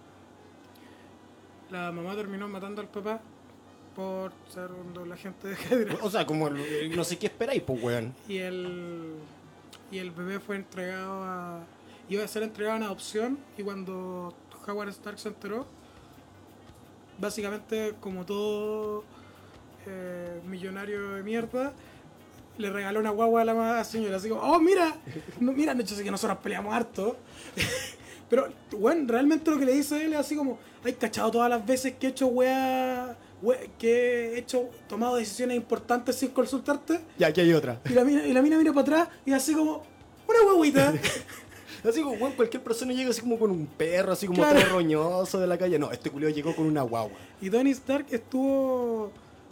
S2: La mamá terminó matando al papá por ser un doble agente de Hydra.
S1: O sea, como no sé qué esperáis, pues weón.
S2: Y el bebé fue iba a ser entregado en adopción, y cuando Howard Stark se enteró, básicamente como todo millonario de mierda, le regaló una guagua a la señora, así como, oh mira, no, mira, de hecho sí que nosotros peleamos harto. Pero, bueno, realmente lo que le dice él es así como, ¿hay cachado todas las veces que he hecho tomado decisiones importantes sin consultarte?
S1: Ya, aquí hay otra.
S2: Y la mina mira para atrás y así como, una guaguita.
S1: Así como, weón, cualquier persona llega así como con un perro, así como
S2: Claro.
S1: todo roñoso de la calle. No, este culiao llegó con una guagua.
S2: Y Tony Stark estuvo...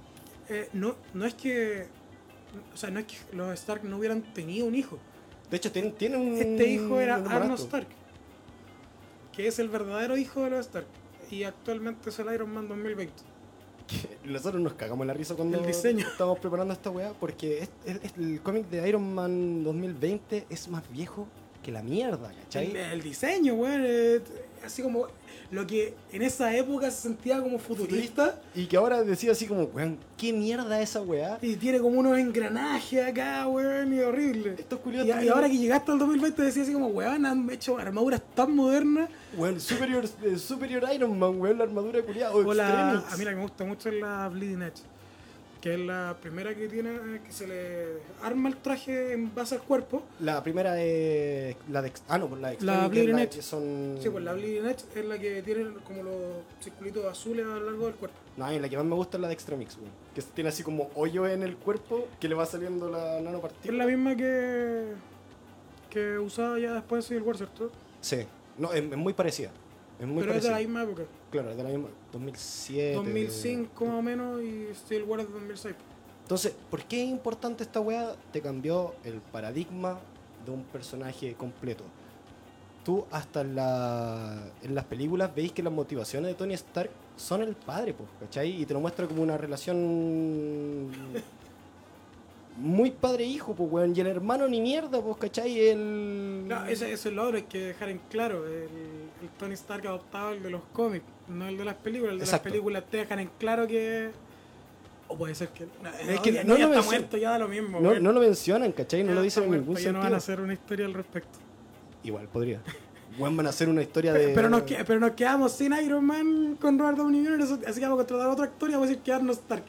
S2: no es que... O sea, no es que los Stark no hubieran tenido un hijo.
S1: De hecho, tiene un...
S2: Este hijo era
S1: un
S2: Arnold
S1: hermanato.
S2: Stark, que es el verdadero hijo de los Stark. Y actualmente es el Iron Man 2020.
S1: Que nosotros nos cagamos la risa cuando
S2: El diseño.
S1: estamos preparando esta weá, porque el cómic de Iron Man 2020 es más viejo que la mierda, ¿cachai?
S2: El diseño, weón, así como lo que en esa época se sentía como futurista.
S1: Y que ahora decía así como, weón, ¿qué mierda esa weá?
S2: Y tiene como unos engranajes acá, weón, y horrible.
S1: Estos
S2: Y,
S1: culiados
S2: y ahora que llegaste al 2020 decía así como, weón, han hecho armaduras tan modernas.
S1: Weón, superior Iron Man, weón, la armadura culiada.
S2: O la... A mí la que me gusta mucho es la Bleeding Edge, que es la primera que tiene, que se le arma el traje en base al cuerpo.
S1: La primera es la de... no, pues la de
S2: La
S1: Extreme, que es
S2: Bleeding
S1: la
S2: Edge.
S1: que son...
S2: Sí, pues la Bleeding Edge es la que tiene como los circulitos azules a lo largo del cuerpo.
S1: No, y la que más me gusta es la de Extremix, weón. Que tiene así como hoyo en el cuerpo que le va saliendo la
S2: Es
S1: nanopartícula.
S2: la misma que usaba ya después de Civil War, ¿cierto?
S1: Sí. No, es muy parecida. Es muy
S2: Pero es de
S1: parecida.
S2: la misma época.
S1: Claro, es de la misma... 2007...
S2: 2005 más o menos, y Civil War es de 2006.
S1: Entonces, ¿por qué es importante esta weá? Te cambió el paradigma de un personaje completo. Tú hasta en las películas veis que las motivaciones de Tony Stark son el padre, pues, ¿cachai? Y te lo muestra como una relación muy padre-hijo, pues, weón. Y el hermano ni mierda, pues, ¿cachai?
S2: No, eso es lo otro, hay que dejar en claro. El Tony Stark adoptado, el de los cómics, no el de las películas. El de
S1: Exacto.
S2: las películas te dejan en claro que... O puede ser que...
S1: Es que
S2: ya
S1: no lo
S2: está
S1: mencionan.
S2: muerto, ya da lo mismo.
S1: No,
S2: weón.
S1: no lo mencionan, ¿cachai? No
S2: Ya
S1: lo dicen en
S2: está
S1: ningún
S2: muerto, ya no
S1: sentido.
S2: van a hacer una historia al respecto.
S1: Igual podría. Weón, van a hacer una historia de...
S2: Pero nos quedamos sin Iron Man con Robert Downey Jr., así que vamos a contratar a otro actor y vamos a decir que Arnold Stark.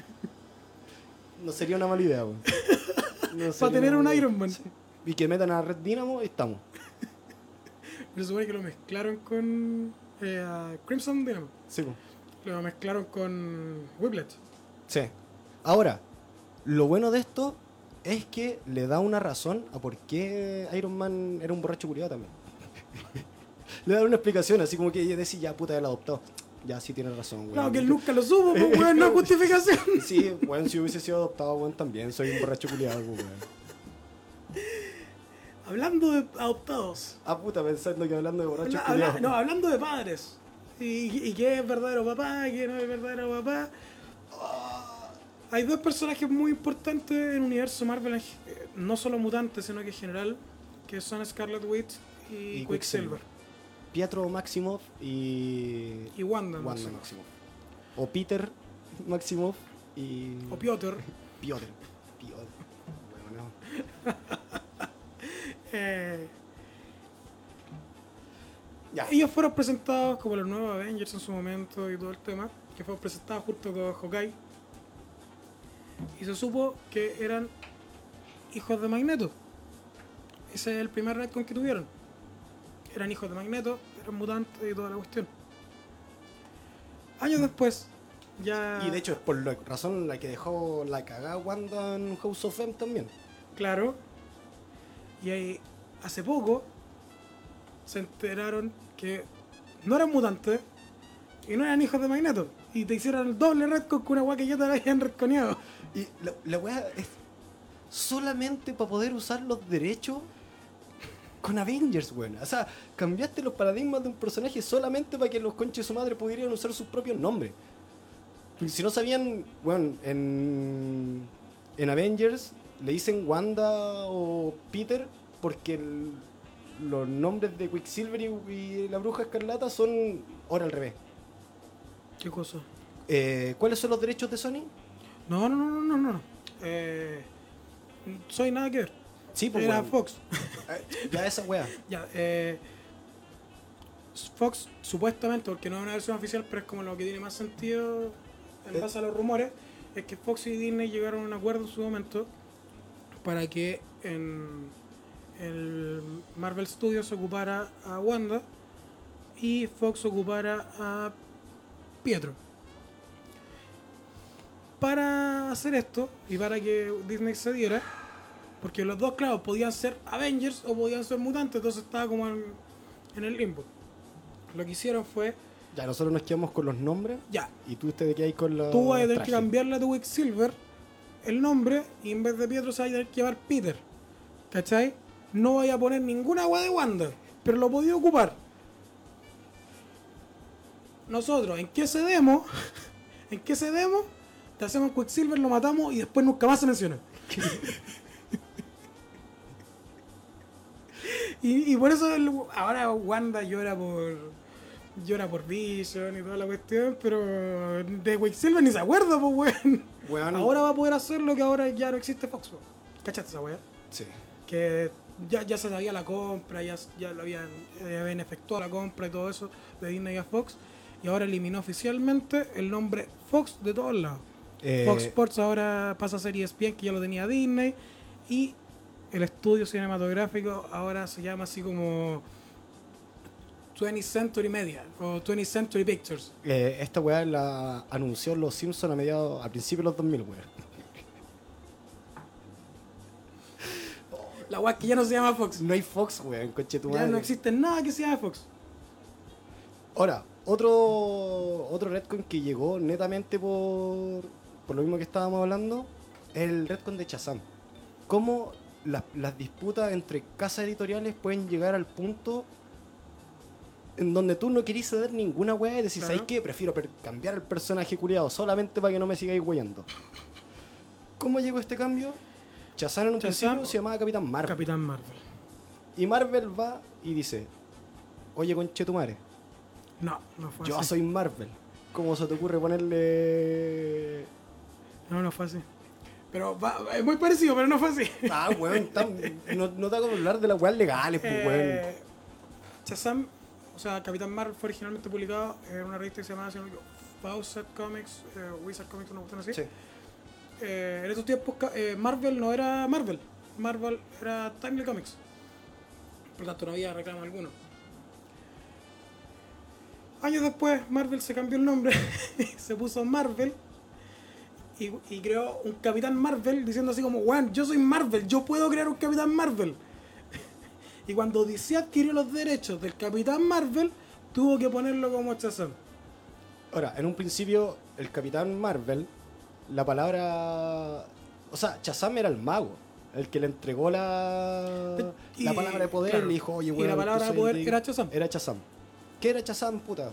S1: No sería una mala idea, weón. No
S2: Para
S1: sería
S2: tener
S1: una
S2: un
S1: mala idea.
S2: Iron Man.
S1: Sí. Y que metan a Red Dynamo y estamos.
S2: Pero se supone que lo mezclaron con a Crimson Dynamo.
S1: Sí, pues.
S2: Lo mezclaron con Whiplash.
S1: Sí. Ahora, lo bueno de esto es que le da una razón a por qué Iron Man era un borracho culiado también. Le da una explicación, así como que ella decía, ya puta, el adoptado. Ya, sí tiene razón, weón.
S2: No, que él nunca lo supo, pues, weón, no es justificación.
S1: Sí, weón, si hubiese sido adoptado, weón, también soy un borracho culiado, weón.
S2: Hablando de adoptados.
S1: Ah, puta, pensando que hablando de borrachos culiados.
S2: No, hablando de padres. Y qué es verdadero papá, y qué no es verdadero papá. Hay dos personajes muy importantes en el universo Marvel, no solo mutantes, sino que en general, que son Scarlet Witch y Quicksilver.
S1: Pietro Maximoff y...
S2: Y Wanda
S1: Wanda
S2: Maximoff.
S1: Maximoff. O Peter Maximoff y...
S2: O Piotr.
S1: Piotr. Bueno, ya.
S2: Ellos fueron presentados como los nuevos Avengers en su momento y todo el tema, que fueron presentados junto con Hawkeye. Y se supo que eran hijos de Magneto. Ese es el primer retcon que tuvieron. Eran hijos de Magneto, eran mutantes y toda la cuestión. Años después, ya...
S1: Y de hecho es por la razón la que dejó la cagada Wanda en House of M también.
S2: Claro. Y ahí, hace poco, se enteraron que no eran mutantes y no eran hijos de Magneto. Y te hicieron el doble retcon con una weá que ya te la habían retconeado.
S1: Y la weá es solamente para poder usar los derechos con Avengers, weón. O sea, cambiaste los paradigmas de un personaje solamente para que los conches de su madre pudieran usar sus propios nombres. Y si no sabían, weón, en Avengers le dicen Wanda o Peter porque los nombres de Quicksilver y la Bruja Escarlata son ahora al revés.
S2: ¿Qué cosa?
S1: ¿Cuáles son los derechos de Sony?
S2: No. Soy nada que ver.
S1: Sí, pues,
S2: Era
S1: weón.
S2: Fox.
S1: Ya esa weá.
S2: Ya, Fox supuestamente, porque no es una versión oficial, pero es como lo que tiene más sentido en base a los rumores, es que Fox y Disney llegaron a un acuerdo en su momento para que en el Marvel Studios se ocupara a Wanda y Fox ocupara a Pietro. Para hacer esto y para que Disney cediera, porque los dos, claro, podían ser Avengers o podían ser mutantes, entonces estaba como en el limbo. Lo que hicieron fue,
S1: Ya, nosotros nos quedamos con los nombres
S2: ya,
S1: y tú te quedas con los
S2: tú vas a tener que
S1: trajes.
S2: cambiarle a tu Quicksilver el nombre y en vez de Pietro se va a tener que llamar Peter. ¿Cachai? No vaya a poner ninguna agua de Wanda, pero lo podía ocupar. Nosotros, ¿en qué cedemos? ¿En qué cedemos? Te hacemos Quicksilver, lo matamos y después nunca más se menciona. y por eso ahora Wanda llora por Vision y toda la cuestión, pero de Quicksilver ni se acuerda, pues weón.
S1: Weón.
S2: Ahora va a poder hacer lo que ahora ya no existe Fox, weón. ¿Cachaste esa weá?
S1: Sí.
S2: Que ya se sabía la compra, ya lo habían efectuado la compra y todo eso de Disney a Fox, y ahora eliminó oficialmente el nombre Fox de todos lados. Fox Sports ahora pasa a ser ESPN, que ya lo tenía Disney, y el estudio cinematográfico ahora se llama así como 20th Century Media o 20th Century Pictures.
S1: Esta weá la anunció Los Simpsons a principios de los 2000, weón.
S2: La weá que ya no se llama Fox.
S1: No hay Fox, weón, conche tu
S2: Ya
S1: madre.
S2: no existe nada que se llame Fox.
S1: Ahora, otro retcon que llegó netamente por lo mismo que estábamos hablando, es el retcon de Shazam. Cómo las disputas entre casas editoriales pueden llegar al punto en donde tú no querís ceder ninguna weá y decís,
S2: Claro.
S1: ¿sabes qué? Prefiero cambiar el personaje culiado solamente para que no me sigáis weyando. ¿Cómo llegó este cambio? Shazam en un
S2: Shazam,
S1: principio se llamaba Capitán Marvel.
S2: Capitán Marvel.
S1: Y Marvel va y dice, oye, conchetumare,
S2: No fue
S1: yo
S2: así.
S1: soy Marvel. ¿Cómo se te ocurre ponerle...?
S2: No fue así. Pero es muy parecido, pero no fue así.
S1: Ah, weón, no te hago hablar de las weas legales, pues, weón.
S2: Shazam, o sea, Capitán Marvel fue originalmente publicado en una revista que se llamaba, si no me equivoco, Fawcett Comics, Wizard Comics, una cuestión así.
S1: Sí.
S2: En esos tiempos Marvel no era Marvel era Timely Comics, por lo tanto no había reclamo alguno. Años después Marvel se cambió el nombre se puso Marvel y creó un Capitán Marvel diciendo así como, weón, yo soy Marvel, yo puedo crear un Capitán Marvel. Y cuando DC adquirió los derechos del Capitán Marvel, tuvo que ponerlo como Shazam.
S1: Ahora, en un principio, el Capitán Marvel, la palabra... O sea, Shazam era el mago, el que le entregó la palabra de poder,
S2: claro,
S1: le dijo, oye,
S2: y
S1: weón,
S2: la palabra
S1: tú
S2: de
S1: soy
S2: poder era Shazam.
S1: Era Shazam. ¿Qué era Shazam, puta?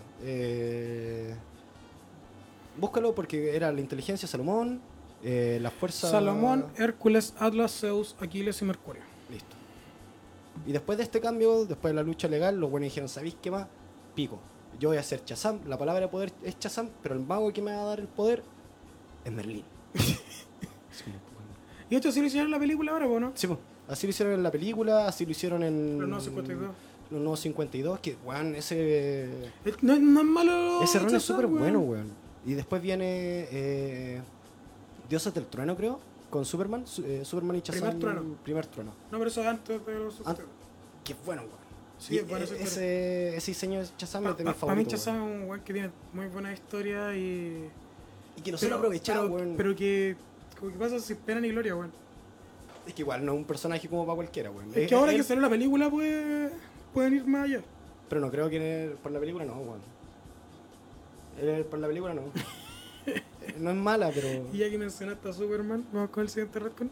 S1: Búscalo porque era la inteligencia Salomón, la fuerza...
S2: Salomón, Hércules, Atlas, Zeus, Aquiles y Mercurio.
S1: Listo. Y después de este cambio, después de la lucha legal, los buenos dijeron, ¿sabéis qué más? Pico. Yo voy a hacer Shazam, la palabra de poder es Shazam, pero el mago que me va a dar el poder es Merlín. Así como,
S2: Y de hecho, así lo hicieron en la película ahora, ¿no?
S1: sí, pues, así lo hicieron en la película, así lo hicieron en...
S2: Los nuevos 52.
S1: Los nuevos 52, que, weón, ese...
S2: No es malo.
S1: Ese run es
S2: Shazam,
S1: súper
S2: weón.
S1: bueno, weón. Y después viene Dioses del Trueno, creo, con Superman. Superman y Shazam.
S2: Primer Trueno.
S1: Primer Trueno.
S2: No, pero eso es antes de los 52.
S1: Que es bueno, weón.
S2: Sí,
S1: Y
S2: es bueno ese
S1: ese diseño de Shazam es de mis
S2: Para mí
S1: favoritos.
S2: Shazam es un weón que tiene muy buena historia y...
S1: Y que no se lo aprovechaba, weón.
S2: Pero que... Como que pasa sin pena ni gloria, weón.
S1: Es que igual no es un personaje como para cualquiera, weón.
S2: Es que ahora
S1: Él-
S2: que salió la película pueden ir más allá.
S1: Pero no creo que por la película no, weón. Por la película no. No es mala, pero...
S2: Y ya que mencionaste a Superman, vamos con el siguiente retcon.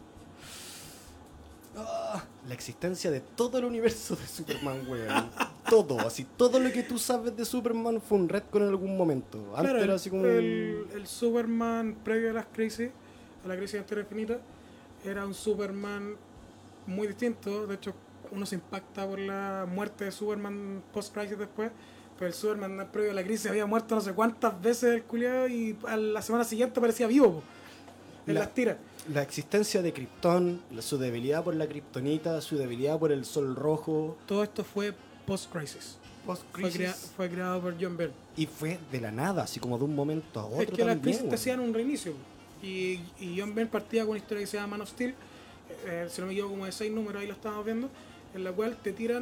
S1: La existencia de todo el universo de Superman, weón. Todo, así, todo lo que tú sabes de Superman fue un retcon en algún momento. Antes
S2: Claro,
S1: era así como...
S2: el Superman previo a la crisis de Historia Infinita, era un Superman muy distinto. De hecho, uno se impacta por la muerte de Superman post-crisis después. Pero el Superman previo a la crisis había muerto no sé cuántas veces el culiado y a la semana siguiente parecía vivo po, en
S1: La-
S2: las tiras.
S1: La existencia de Krypton, su debilidad por la kriptonita, su debilidad por el sol rojo.
S2: Todo esto fue post-crisis. Fue creado por John Byrne.
S1: Y fue de la nada, así como de un momento a otro.
S2: Es que las
S1: también,
S2: crisis te
S1: weón.
S2: hacían un reinicio. Y John Byrne partía con una historia que se llama Man of Steel, si no me equivoco, como de 6 números, ahí lo estábamos viendo, en la cual te tiran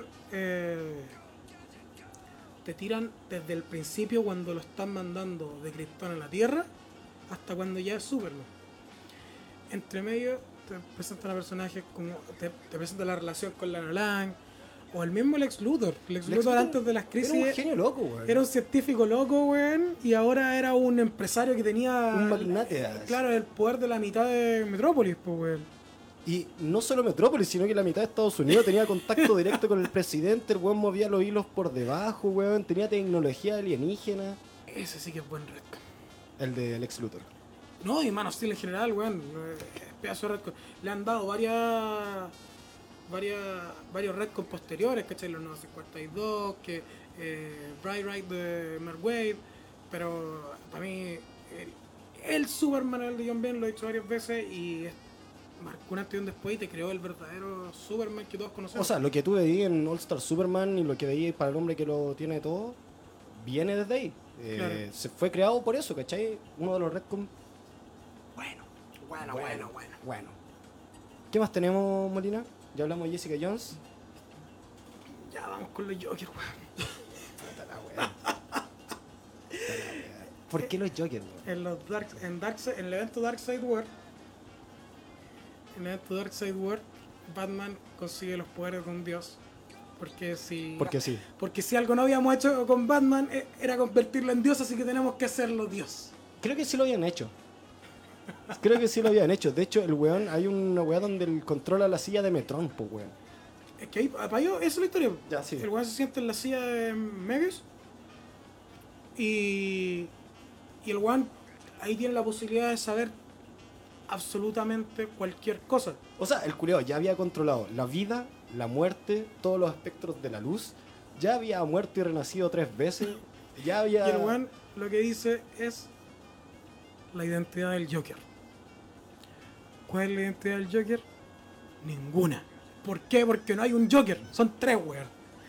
S2: desde el principio cuando lo están mandando de Krypton a la Tierra hasta cuando ya es Superman. Entre medio te presentan a personajes como te presentan la relación con Lana Lang o el mismo Lex Luthor. Lex Luthor antes de las crisis
S1: Era un genio loco, weón.
S2: era un científico loco, weón, y ahora era un empresario que tenía
S1: Un magnate.
S2: claro, el poder de la mitad de Metrópolis, pues, weón.
S1: Y no solo Metrópolis, sino que la mitad de Estados Unidos tenía contacto directo con el presidente. El weón movía los hilos por debajo, weón. Tenía tecnología alienígena.
S2: Ese sí que es buen retcon.
S1: El de Lex Luthor.
S2: No, y Man of Steel en general, weón. Pedazo de retcon. Le han dado varios retcon posteriores, ¿cachai? Los 952, que Bright Right de Mark Waid, pero para mí el Superman, el de John Byrne, lo he dicho varias veces y marcó un antes y un después y te creó el verdadero Superman que todos conocemos.
S1: O sea, lo que tú veías en All Star Superman y lo que veías para el hombre que lo tiene todo, viene desde ahí.
S2: Claro.
S1: Se fue creado por eso, ¿cachai? Uno de los retcon. Bueno. ¿Qué más tenemos, Molina? Ya hablamos de Jessica Jones.
S2: Ya vamos con los Joker, weón.
S1: Puta la wea. ¿Por qué los Joker, weón?
S2: En el evento Darkseid War, Batman consigue los poderes de un dios. Porque si algo no habíamos hecho con Batman era convertirlo en dios, así que tenemos que hacerlo dios.
S1: Creo que sí lo habían hecho. De hecho, el weón, hay una weá donde él controla la silla de Metron, pues weón.
S2: Es que ahí, para ello, esa es la historia.
S1: Ya, sí.
S2: El weón se siente en la silla de Mebius y el weón ahí tiene la posibilidad de saber absolutamente cualquier cosa.
S1: O sea, el culiao ya había controlado la vida, la muerte, todos los espectros de la luz. Ya había muerto y renacido 3 veces. Ya había...
S2: Y el weón lo que dice es la identidad del Joker. ¿Cuál es la identidad del Joker? Ninguna. ¿Por qué? Porque no hay un Joker. Son 3, weón.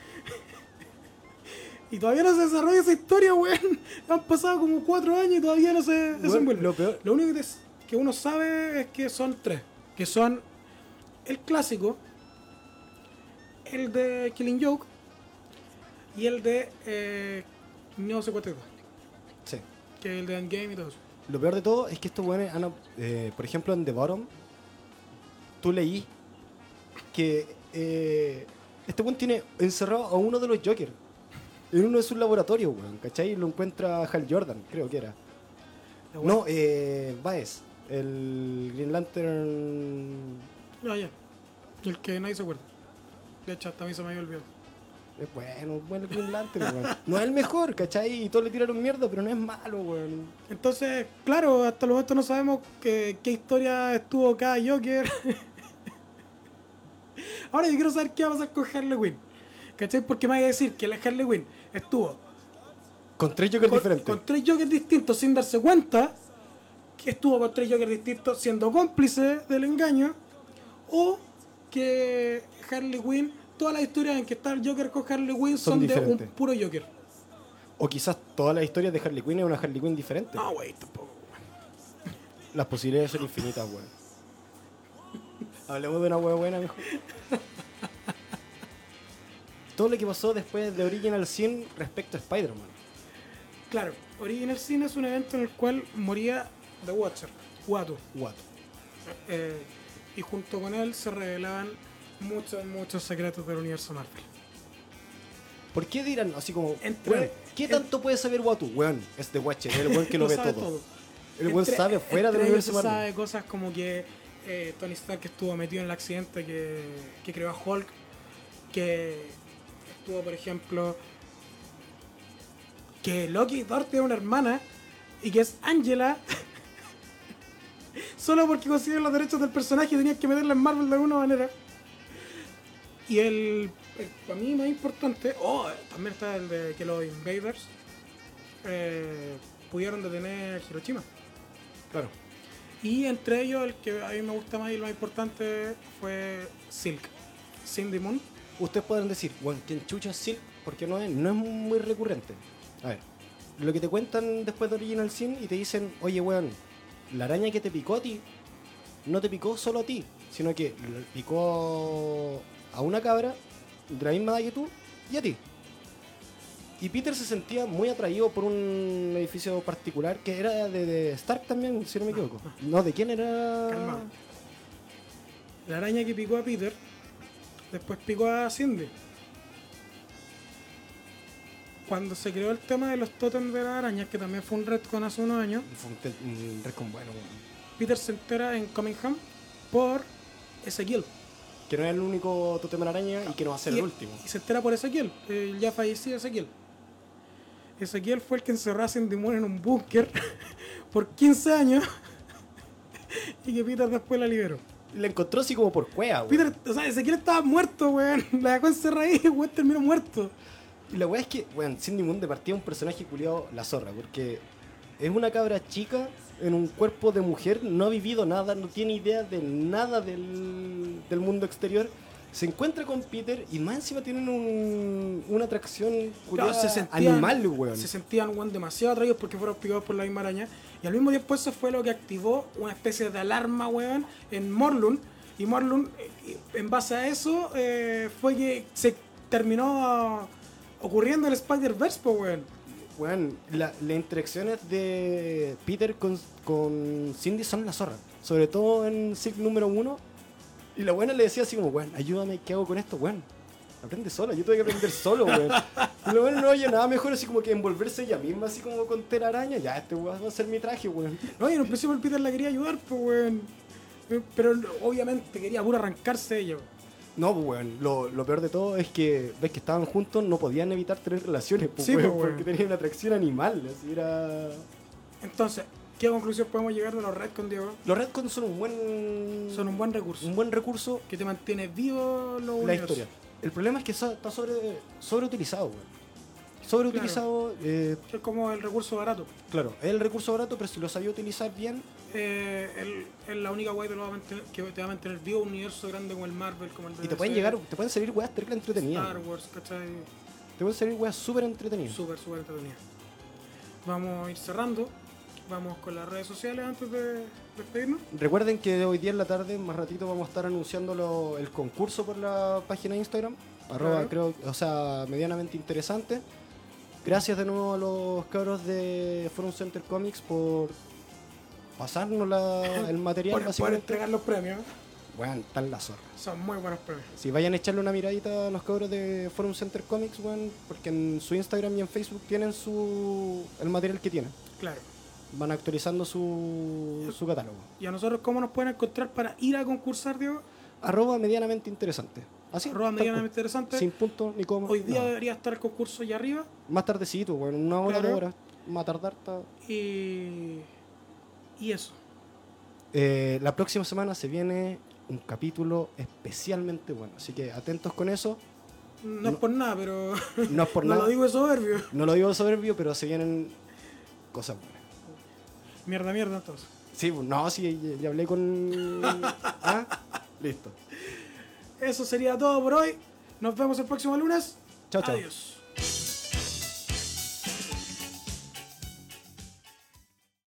S2: Y todavía no se desarrolla esa historia, weón. Han pasado como 4 años y todavía no se desenvuelve.
S1: lo peor-
S2: Lo único que uno sabe es que son 3. Que son el clásico, el de Killing Joke y el de Neo C42,
S1: Sí.
S2: que es el de Endgame y todo eso.
S1: Lo peor de todo es que estos weones han... por ejemplo, en The Bottom, tú leí que este weón tiene encerrado a uno de los Jokers en uno de sus laboratorios, weón, ¿cachai? Y lo encuentra Hal Jordan, creo que era. No, Baez, el Green Lantern...
S2: Ya. El que nadie se acuerda. De hecho, hasta a mí se me había olvidado.
S1: Es bueno el Green Lantern, weón. No es el mejor, ¿cachai? Y todos le tiraron mierda, pero no es malo, weón.
S2: Entonces, claro, hasta el momento no sabemos qué historia estuvo cada Joker. Ahora yo quiero saber qué va a pasar con Harley Quinn. ¿Cachai? Porque me vaya a decir que la Harley Quinn estuvo
S1: Con 3 Jokers diferentes.
S2: con 3 Jokers distintos sin darse cuenta. que estuvo con 3 Jokers distintos siendo cómplice del engaño, o que Harley Quinn, todas las historias en que está el Joker con Harley Quinn
S1: Son
S2: son de
S1: diferentes.
S2: un puro Joker.
S1: O quizás todas las historias de Harley Quinn es una Harley Quinn diferente.
S2: No, wey, tampoco.
S1: Las posibilidades son infinitas, weón. Hablemos de una weá buena, mejor. Todo lo que pasó después de Original Sin respecto a Spider-Man.
S2: Claro, Original Sin es un evento en el cual moría The Watcher, Uatu.
S1: What?
S2: Y junto con él se revelaban muchos secretos del universo Marvel.
S1: ¿Por qué dirán así como,
S2: Entre-
S1: weón, ¿qué tanto puede saber Watu? Weón, es The Watcher, es el weón que lo ve
S2: sabe
S1: todo. El weón sabe fuera del
S2: entre ellos
S1: universo
S2: se
S1: Marvel.
S2: sabe cosas como que Tony Stark estuvo metido en el accidente que creó a Hulk, que estuvo, por ejemplo, que Loki y Thor tienen una hermana y que es Angela. Solo porque consiguieron los derechos del personaje tenían que meterla en Marvel de alguna manera. Y para mí más importante, también está el de que los Invaders pudieron detener Hiroshima.
S1: Claro.
S2: Y entre ellos el que a mí me gusta más y lo más importante fue Silk, Cindy Moon.
S1: Ustedes podrán decir, weón, ¿quién chucha es Silk? Porque no es muy recurrente. A ver, lo que te cuentan después de Original Sin y te dicen, oye, weón, la araña que te picó a ti, no te picó solo a ti, sino que le picó a una cabra de la misma edad que tú y a ti. Y Peter se sentía muy atraído por un edificio particular que era de Stark también, si no me equivoco. No, ¿de quién era?
S2: Calmado. La araña que picó a Peter, después picó a Cindy. Cuando se creó el tema de los tótems de las arañas, que también fue un retcon hace unos años,
S1: Fue un retcon bueno, weón.
S2: Peter se entera en Cunningham por Ezequiel.
S1: Que no es el único tótem de la araña y que no va a ser
S2: Y-
S1: el último.
S2: Y se entera por Ezequiel, el ya fallecido Ezequiel. Ezequiel fue el que encerró a Cindy Moon en un búnker por 15 años y que Peter después la liberó.
S1: Y la encontró así como por cueva, weón.
S2: Peter, o sea, Ezequiel estaba muerto, weón. La dejó encerrada ahí, weón, terminó muerto.
S1: Y la weá es que, weón, Cindy Moon de partida es un personaje culiado la zorra, porque es una cabra chica en un cuerpo de mujer, no ha vivido nada, no tiene idea de nada del mundo exterior. Se encuentra con Peter y más encima tienen una atracción culiada
S2: Claro, se sentían-
S1: animal, weón.
S2: Se sentían, weón, demasiado atraídos porque fueron picados por la misma araña. Y al mismo tiempo eso fue lo que activó una especie de alarma, weón, en Morlun. Y Morlun, en base a eso, fue que se terminó ocurriendo el Spider-Verse, po, weón.
S1: Weón, las interacciones de Peter con Cindy son la zorra. Sobre todo en Silk número 1. Y la buena le decía así como, weón, ayúdame, ¿qué hago con esto, weón? Aprende sola, yo tuve que aprender solo, weón. Y la buena no oye nada mejor así como que envolverse ella misma, así como con telaraña. Ya, este weón va a ser mi traje, weón.
S2: No, y en un principio el Peter la quería ayudar, pues, weón. Pero obviamente quería puro arrancarse de ella, weón.
S1: No, pues, weón, lo peor de todo es que ves que estaban juntos, no podían evitar tener relaciones, pues,
S2: Sí,
S1: weón,
S2: pues, weón.
S1: porque tenían una atracción animal, así era...
S2: Entonces, ¿qué conclusión podemos llegar de los Redcon, Diego?
S1: Los retcons son un buen recurso
S2: Que te mantiene vivo los
S1: la
S2: universos.
S1: historia. El problema es que está sobreutilizado, weón. Sobreutilizado,
S2: Es como el recurso barato.
S1: claro, es el recurso barato, pero si lo sabía utilizar bien,
S2: Es la única weá que te va a mantener vivo un universo grande como el Marvel, como el
S1: y te pueden salir weas terrible entretenidas.
S2: Star
S1: weón.
S2: Wars, ¿cachai?
S1: Te pueden salir weas súper entretenidas.
S2: Súper entretenido. Vamos a ir cerrando. Vamos con las redes sociales antes de despedirnos.
S1: Recuerden que hoy día en la tarde, más ratito, vamos a estar anunciando el concurso por la página de Instagram.
S2: Claro.
S1: Creo, o sea, medianamente interesante. Gracias de nuevo a los cabros de Forum Center Comics por pasarnos el material,
S2: Por
S1: básicamente.
S2: entregar los premios.
S1: Weón, están la zorra.
S2: Son muy buenos premios.
S1: Si vayan a echarle una miradita a los cabros de Forum Center Comics, weón, porque en su Instagram y en Facebook tienen el material que tienen.
S2: Claro.
S1: Van actualizando su catálogo.
S2: ¿Y a nosotros cómo nos pueden encontrar para ir a concursar, Diego?
S1: @ medianamente interesante. Así.
S2: Arroba
S1: tal
S2: medianamente
S1: cual.
S2: interesante.
S1: Sin punto ni coma.
S2: Hoy día
S1: nada.
S2: debería estar el concurso allá arriba.
S1: Más tardecito, bueno, una hora,
S2: Claro.
S1: 2 horas. Más tardar.
S2: Y eso.
S1: La próxima semana se viene un capítulo especialmente bueno. Así que atentos con eso.
S2: No es por nada, pero
S1: No es por
S2: no
S1: nada.
S2: lo digo de soberbio.
S1: No lo digo de soberbio, pero se vienen cosas buenas.
S2: Mierda, entonces.
S1: Sí, pues, no, sí, ya hablé con... ¿Ah? Listo.
S2: Eso sería todo por hoy. Nos vemos el próximo lunes.
S1: Chao, chao.
S2: Adiós.